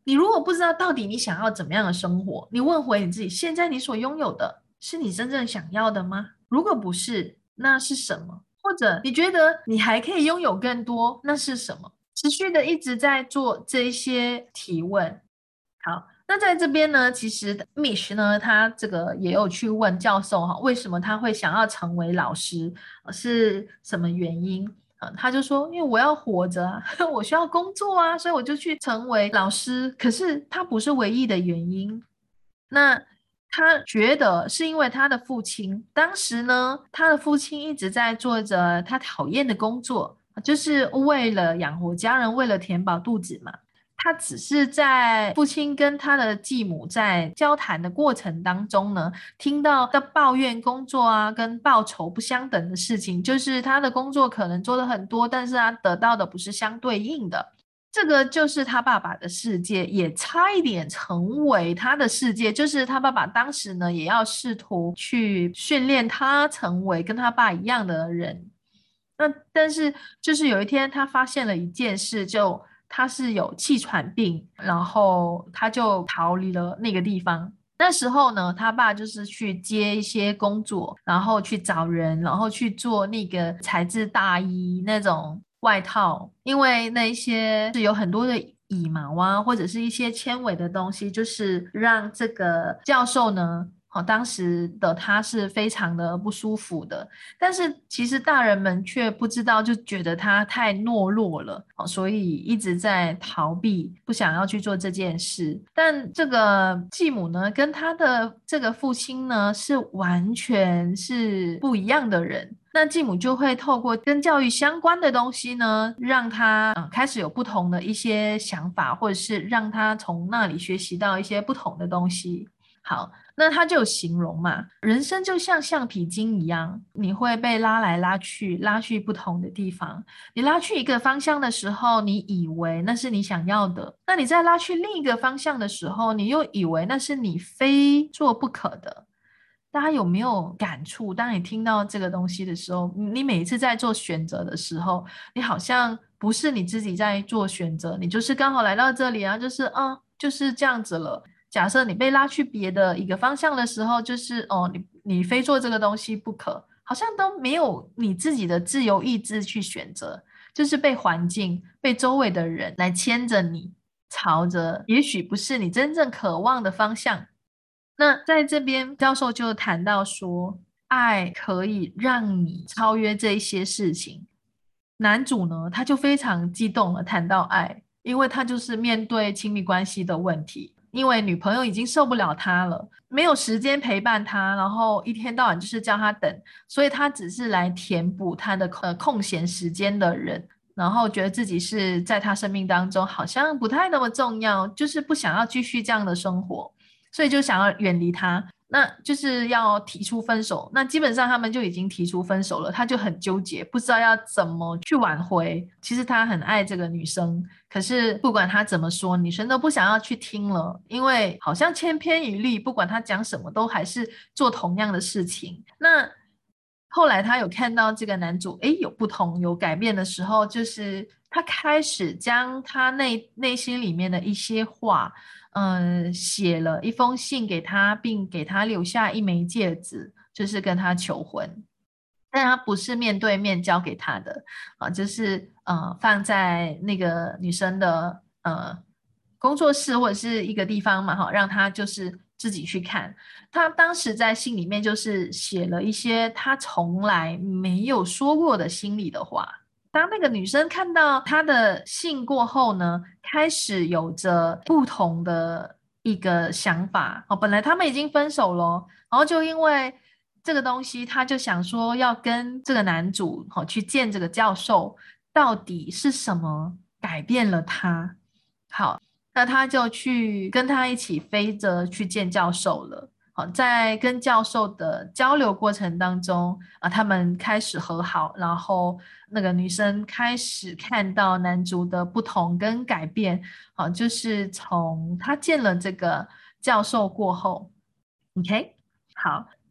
你如果不知道到底你想要怎么样的生活，你问回你自己，现在你所拥有的是你真正想要的吗？如果不是，那是什么？或者你觉得你还可以拥有更多，那是什么？持续的一直在做这一些提问。好，那在这边呢，其实 Mish 呢，他这个也有去问教授哈，为什么他会想要成为老师，是什么原因？他就说，因为我要活着啊，我需要工作啊，所以我就去成为老师。可是他不是唯一的原因。那他觉得是因为他的父亲，当时呢，他的父亲一直在做着他讨厌的工作，就是为了养活家人，为了填饱肚子嘛。他只是在父亲跟他的继母在交谈的过程当中呢，听到的抱怨工作啊跟报酬不相等的事情，就是他的工作可能做的很多，但是他得到的不是相对应的。这个就是他爸爸的世界，也差一点成为他的世界。就是他爸爸当时呢，也要试图去训练他成为跟他爸一样的人。那但是就是有一天，他发现了一件事，就他是有气喘病，然后他就逃离了那个地方。那时候呢，他爸就是去接一些工作，然后去找人，然后去做那个材质大衣那种外套，因为那一些是有很多的羽毛啊，或者是一些纤维的东西，就是让这个教授呢，当时的他是非常的不舒服的。但是其实大人们却不知道，就觉得他太懦弱了，所以一直在逃避，不想要去做这件事。但这个继母呢，跟他的这个父亲呢，是完全是不一样的人。那继母就会透过跟教育相关的东西呢，让他开始有不同的一些想法，或者是让他从那里学习到一些不同的东西。好，那他就有形容嘛，人生就像橡皮筋一样，你会被拉来拉去，拉去不同的地方。你拉去一个方向的时候，你以为那是你想要的；那你再拉去另一个方向的时候，你又以为那是你非做不可的。大家有没有感触？当你听到这个东西的时候，你每一次在做选择的时候，你好像不是你自己在做选择，你就是刚好来到这里啊，就是这样子了。假设你被拉去别的一个方向的时候，就是你非做这个东西不可，好像都没有你自己的自由意志去选择，就是被环境、被周围的人来牵着你，朝着也许不是你真正渴望的方向。那在这边，教授就谈到说，爱可以让你超越这一些事情。男主呢，他就非常激动了，谈到爱，因为他就是面对亲密关系的问题，因为女朋友已经受不了他了，没有时间陪伴他，然后一天到晚就是叫他等，所以他只是来填补他的空闲时间的人。然后觉得自己是在他生命当中好像不太那么重要，就是不想要继续这样的生活。所以就想要远离他，那就是要提出分手。那基本上他们就已经提出分手了，他就很纠结，不知道要怎么去挽回。其实他很爱这个女生，可是不管他怎么说，女生都不想要去听了，因为好像千篇一律，不管他讲什么，都还是做同样的事情。那后来他有看到这个男主，诶，有不同、有改变的时候，就是他开始将他内心里面的一些话。写了一封信给他，并给他留下一枚戒指，就是跟他求婚。但他不是面对面交给他的啊，就是放在那个女生的工作室或者是一个地方嘛，哈，让他就是自己去看。他当时在信里面就是写了一些他从来没有说过的心里的话。当那个女生看到他的信过后呢，开始有着不同的一个想法哦。本来他们已经分手了，然后就因为这个东西，他就想说要跟这个男主去见这个教授，到底是什么改变了他？好，那他就去跟他一起飞着去见教授了。好，在跟教授的交流过程当中啊，他们开始和好，然后那个女生开始看到男主的不同跟改变。好，就是从他见了这个教授过后，OK，好。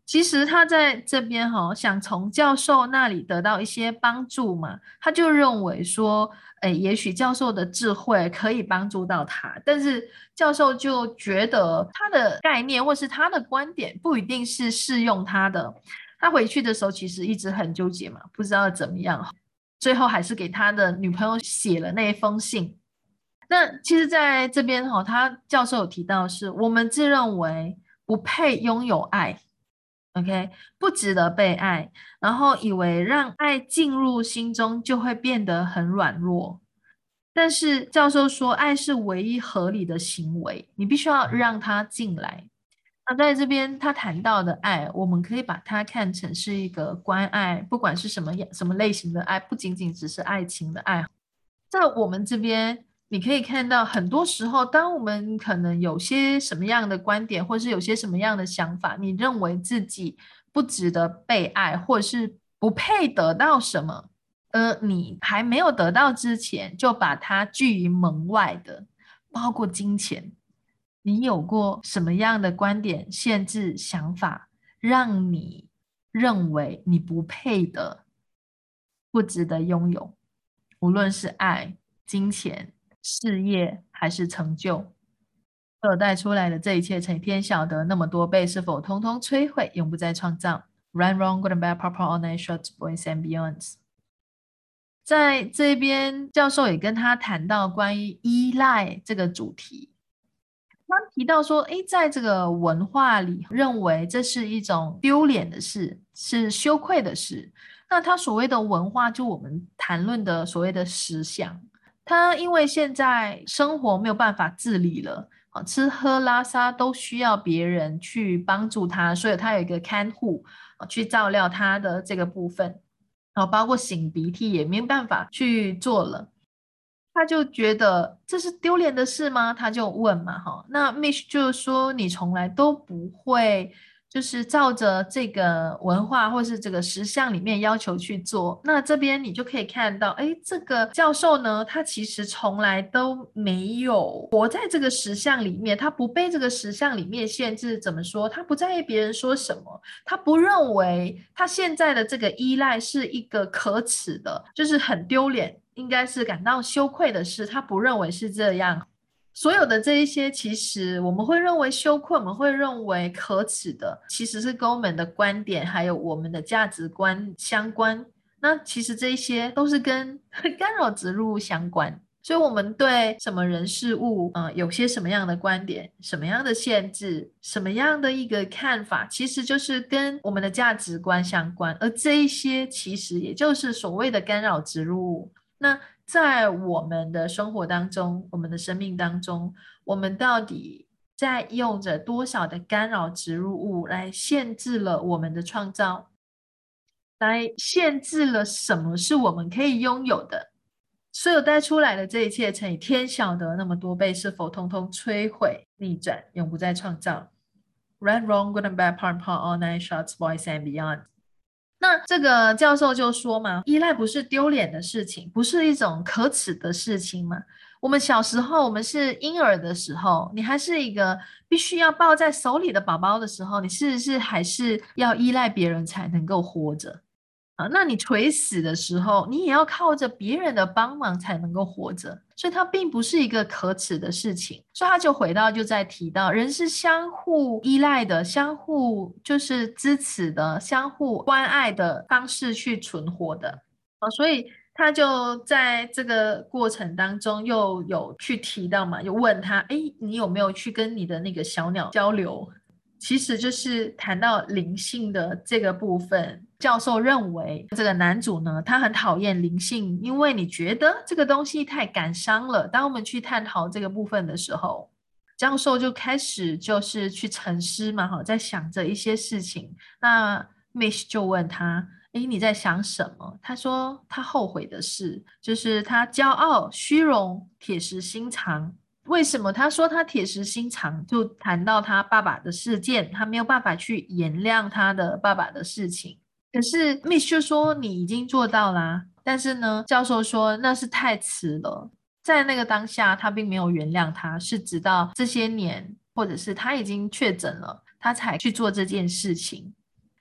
其实他在这边想从教授那里得到一些帮助嘛，他就认为说，也许教授的智慧可以帮助到他，但是教授就觉得他的概念或是他的观点不一定是适用他的。他回去的时候其实一直很纠结嘛，不知道怎么样，最后还是给他的女朋友写了那一封信。那其实在这边他教授有提到是我们自认为不配拥有爱，OK，不值得被爱，然后以为让爱进入心中就会变得很软弱。但是教授说，爱是唯一合理的行为，你必须要让它进来。那在这边他谈到的爱，我们可以把它看成是一个关爱，不管是什么类型的爱，不仅仅只是爱情的爱。在我们这边，你可以看到很多时候，当我们可能有些什么样的观点，或是有些什么样的想法，你认为自己不值得被爱，或者是不配得到什么，你还没有得到之前，就把它拒于门外的，包括金钱。你有过什么样的观点、限制、想法，让你认为你不配的、不值得拥有？无论是爱、金钱、事业还是成就，所有带出来的这一切，成天晓得那么多倍，是否通通摧毁，永不再创造？Right, wrong, good and bad, purple, all night, shorts, boys and beyonds。在这边，教授也跟他谈到关于依赖这个主题。他提到说，诶，在这个文化里，认为这是一种丢脸的事，是羞愧的事。那他所谓的文化，就我们谈论的所谓的实相。他因为现在生活没有办法自理了，吃喝拉撒都需要别人去帮助他，所以他有一个看护去照料他的这个部分，包括擤鼻涕也没有办法去做了。他就觉得这是丢脸的事吗？他就问嘛，那 Mish 就说你从来都不会，就是照着这个文化或是这个实相里面要求去做。那这边你就可以看到，哎，这个教授呢，他其实从来都没有活在这个实相里面，他不被这个实相里面限制。怎么说？他不在意别人说什么，他不认为他现在的这个依赖是一个可耻的，就是很丢脸。应该是感到羞愧的事，他不认为是这样。所有的这一些，其实我们会认为羞愧，我们会认为可耻的，其实是跟我们的观点还有我们的价值观相关。那其实这一些都是跟干扰植入物相关。所以，我们对什么人事物，有些什么样的观点、什么样的限制、什么样的一个看法，其实就是跟我们的价值观相关。而这一些，其实也就是所谓的干扰植入物。那在我们的生活当中，我们的生命当中，我们到底在用着多少的干扰植入物来限制了我们的创造，来限制了什么是我们可以拥有的？所有带出来的这一切，乘以天晓得那么多倍，是否通通摧毁、逆转，永不再创造？Right, wrong, good and bad, part and part, all nine shots, boys and beyond。那这个教授就说嘛，依赖不是丢脸的事情，不是一种可耻的事情嘛。我们小时候，我们是婴儿的时候，你还是一个必须要抱在手里的宝宝的时候，你是不是还是要依赖别人才能够活着？那你垂死的时候，你也要靠着别人的帮忙才能够活着，所以它并不是一个可耻的事情。所以他就回到就在提到，人是相互依赖的，相互就是支持的，相互关爱的方式去存活的。所以他就在这个过程当中又有去提到嘛，又问他，哎，你有没有去跟你的那个小鸟交流？其实就是谈到灵性的这个部分，教授认为这个男主呢，他很讨厌灵性，因为你觉得这个东西太感伤了。当我们去探讨这个部分的时候，教授就开始就是去沉思嘛，在想着一些事情。那 Mish 就问他：“诶，你在想什么？”他说他后悔的事，就是他骄傲、虚荣、铁石心肠。为什么他说他铁石心肠？就谈到他爸爸的事件，他没有办法去原谅他的爸爸的事情。可是 Miss 就说你已经做到啦，但是呢，教授说那是太迟了。在那个当下，他并没有原谅他，是直到这些年，或者是他已经确诊了，他才去做这件事情。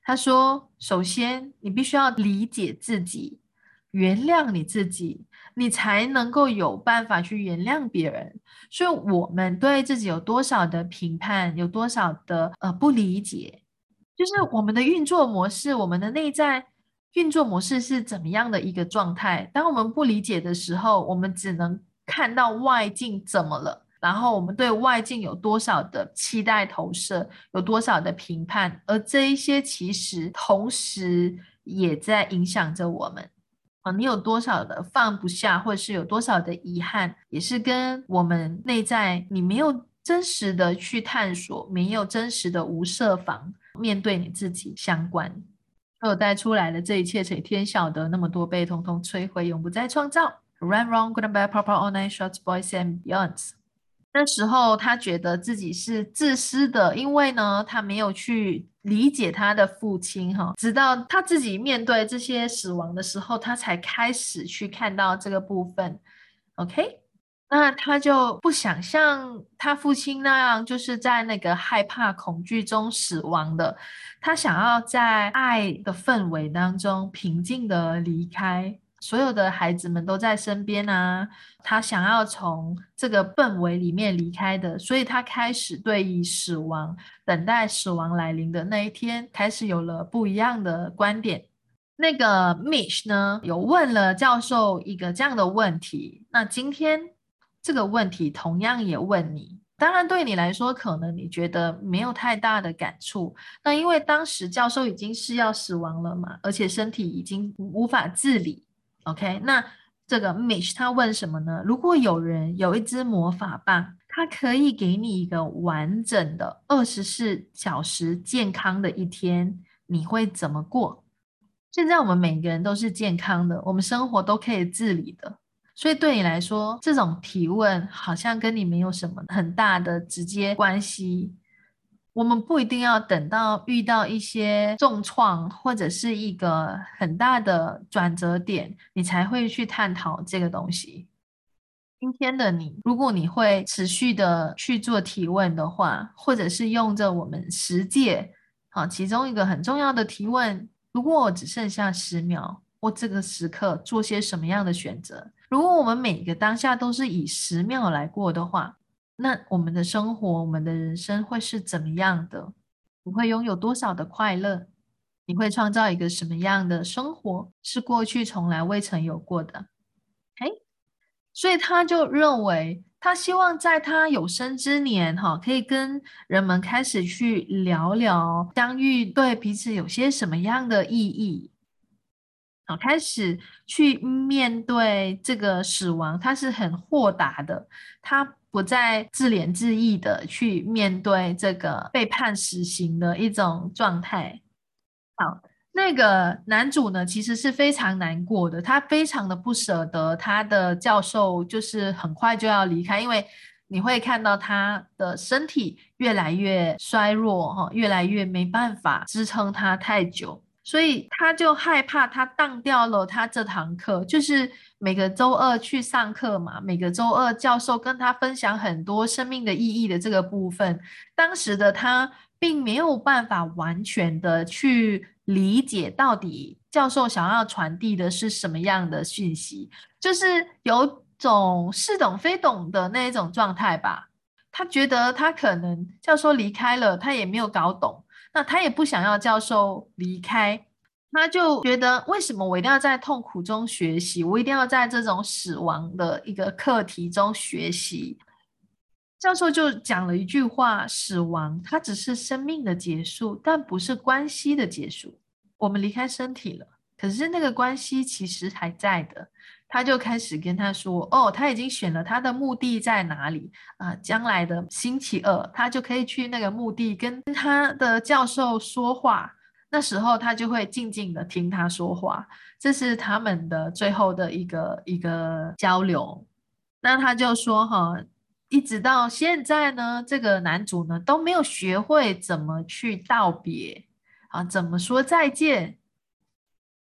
他说，首先你必须要理解自己，原谅你自己，你才能够有办法去原谅别人。所以我们对自己有多少的评判，有多少的不理解，就是我们的运作模式，我们的内在运作模式是怎么样的一个状态。当我们不理解的时候，我们只能看到外境怎么了，然后我们对外境有多少的期待投射，有多少的评判，而这一些其实同时也在影响着我们。你有多少的放不下，或者是有多少的遗憾，也是跟我们内在你没有真实的去探索，没有真实的无设防面对你自己相关。所有带出来的这一切，谁天晓得？那么多被统统摧毁，永不再创造。Right, wrong, good and bad, proper, all night, shots, boys and beyonds。那时候他觉得自己是自私的，因为呢，他没有去理解他的父亲哈，直到他自己面对这些死亡的时候，他才开始去看到这个部分。OK，那他就不想像他父亲那样，就是在那个害怕、恐惧中死亡的，他想要在爱的氛围当中平静的离开。所有的孩子们都在身边啊，他想要从这个氛围里面离开的，所以他开始对于死亡，等待死亡来临的那一天，开始有了不一样的观点。那个 Mitch 呢，有问了教授一个这样的问题，那今天这个问题同样也问你。当然，对你来说，可能你觉得没有太大的感触。那因为当时教授已经是要死亡了嘛，而且身体已经无法自理。OK，那这个 Mitch 他问什么呢？如果有人有一支魔法棒，它可以给你一个完整的24小时健康的一天，你会怎么过？现在我们每个人都是健康的，我们生活都可以自理的，所以对你来说，这种提问好像跟你没有什么很大的直接关系。我们不一定要等到遇到一些重创或者是一个很大的转折点，你才会去探讨这个东西。今天的你，如果你会持续的去做提问的话，或者是用着我们十戒，好，其中一个很重要的提问，如果我只剩下10秒，我这个时刻做些什么样的选择？如果我们每个当下都是以10秒来过的话，那我们的生活，我们的人生会是怎么样的？你会拥有多少的快乐？你会创造一个什么样的生活，是过去从来未曾有过的？所以他就认为，他希望在他有生之年，哈，可以跟人们开始去聊聊相遇对彼此有些什么样的意义，好，开始去面对这个死亡，他是很豁达的，他不再自怜自艾的去面对这个被判死刑的一种状态。好，那个男主呢，其实是非常难过的，他非常的不舍得他的教授，就是很快就要离开，因为你会看到他的身体越来越衰弱，哈，越来越没办法支撑他太久，所以他就害怕他当掉了他这堂课，就是每个周二去上课嘛，每个周二教授跟他分享很多生命的意义的这个部分。当时的他并没有办法完全的去理解到底教授想要传递的是什么样的讯息，就是有种似懂非懂的那一种状态吧。他觉得他可能教授离开了，他也没有搞懂，那他也不想要教授离开，他就觉得为什么我一定要在痛苦中学习，我一定要在这种死亡的一个课题中学习。教授就讲了一句话：死亡它只是生命的结束，但不是关系的结束。我们离开身体了，可是那个关系其实还在的。他就开始跟他说：“哦，他已经选了他的墓地在哪里啊？将来的星期二，他就可以去那个墓地跟他的教授说话。那时候他就会静静的听他说话，这是他们的最后的一个交流。”那他就说：“哈。”一直到现在呢，这个男主呢都没有学会怎么去道别啊，怎么说再见。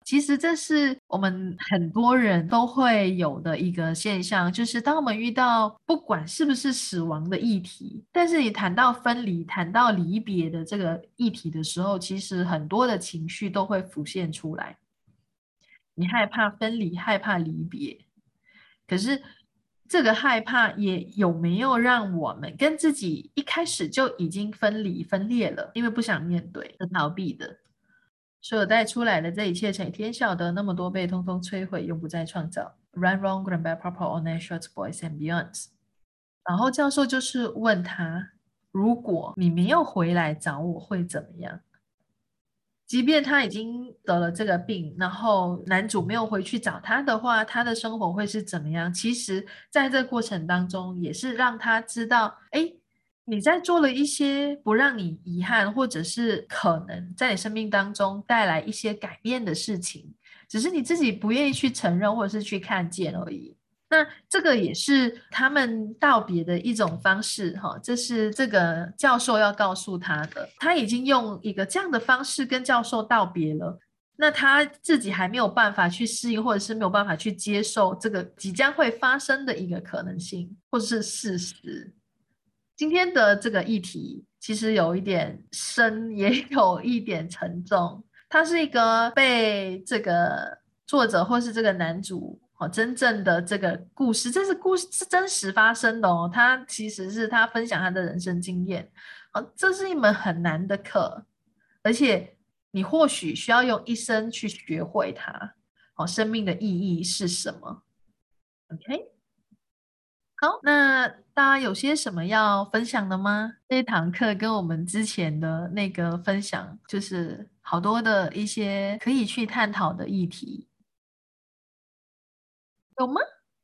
其实这是我们很多人都会有的一个现象，就是当我们遇到不管是不是死亡的议题，但是你谈到分离、谈到离别的这个议题的时候，其实很多的情绪都会浮现出来。你害怕分离，害怕离别，可是这个害怕也有没有让我们跟自己一开始就已经分离分裂了，因为不想面对，是逃避的。所有带出来的这一切，谁天晓得？那么多被通通摧毁，永不再创造。Run, wrong, good and bad, purple, all night, shorts, boys and beyonds。然后教授就是问他，如果你没有回来找我，会怎么样？即便他已经得了这个病，然后男主没有回去找他的话，他的生活会是怎么样？其实，在这个过程当中，也是让他知道，哎，你在做了一些不让你遗憾，或者是可能在你生命当中带来一些改变的事情，只是你自己不愿意去承认，或者是去看见而已。那这个也是他们道别的一种方式，哈，这是这个教授要告诉他的。他已经用一个这样的方式跟教授道别了，那他自己还没有办法去适应，或者是没有办法去接受这个即将会发生的一个可能性，或者是事实。今天的这个议题其实有一点深，也有一点沉重。它是一个被这个作者或是这个男主真正的这个故事，这是故事是真实发生的哦。他其实是他分享他的人生经验，这是一门很难的课，而且你或许需要用一生去学会它。生命的意义是什么？OK。好，那大家有些什么要分享的吗？这一堂课跟我们之前的那个分享，就是好多的一些可以去探讨的议题，有吗？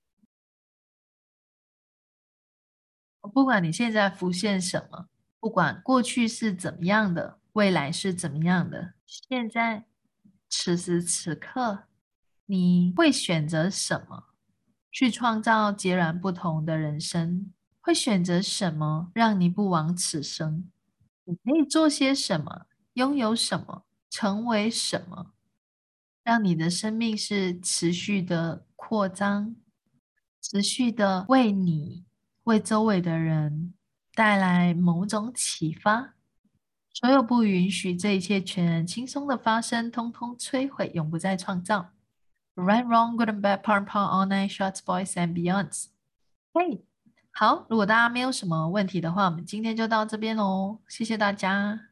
不管你现在浮现什么，不管过去是怎么样的，未来是怎么样的，现在此时此刻，你会选择什么去创造截然不同的人生？会选择什么让你不枉此生？你可以做些什么，拥有什么，成为什么，让你的生命是持续的扩张，持续的为你、为周围的人带来某种启发。所有不允许这一切全然轻松的发生，通通摧毁，永不再创造。Right, wrong, good and bad, part, part, all night, shots, boys and beyonds。嘿，好，如果大家没有什么问题的话，我们今天就到这边喽，谢谢大家。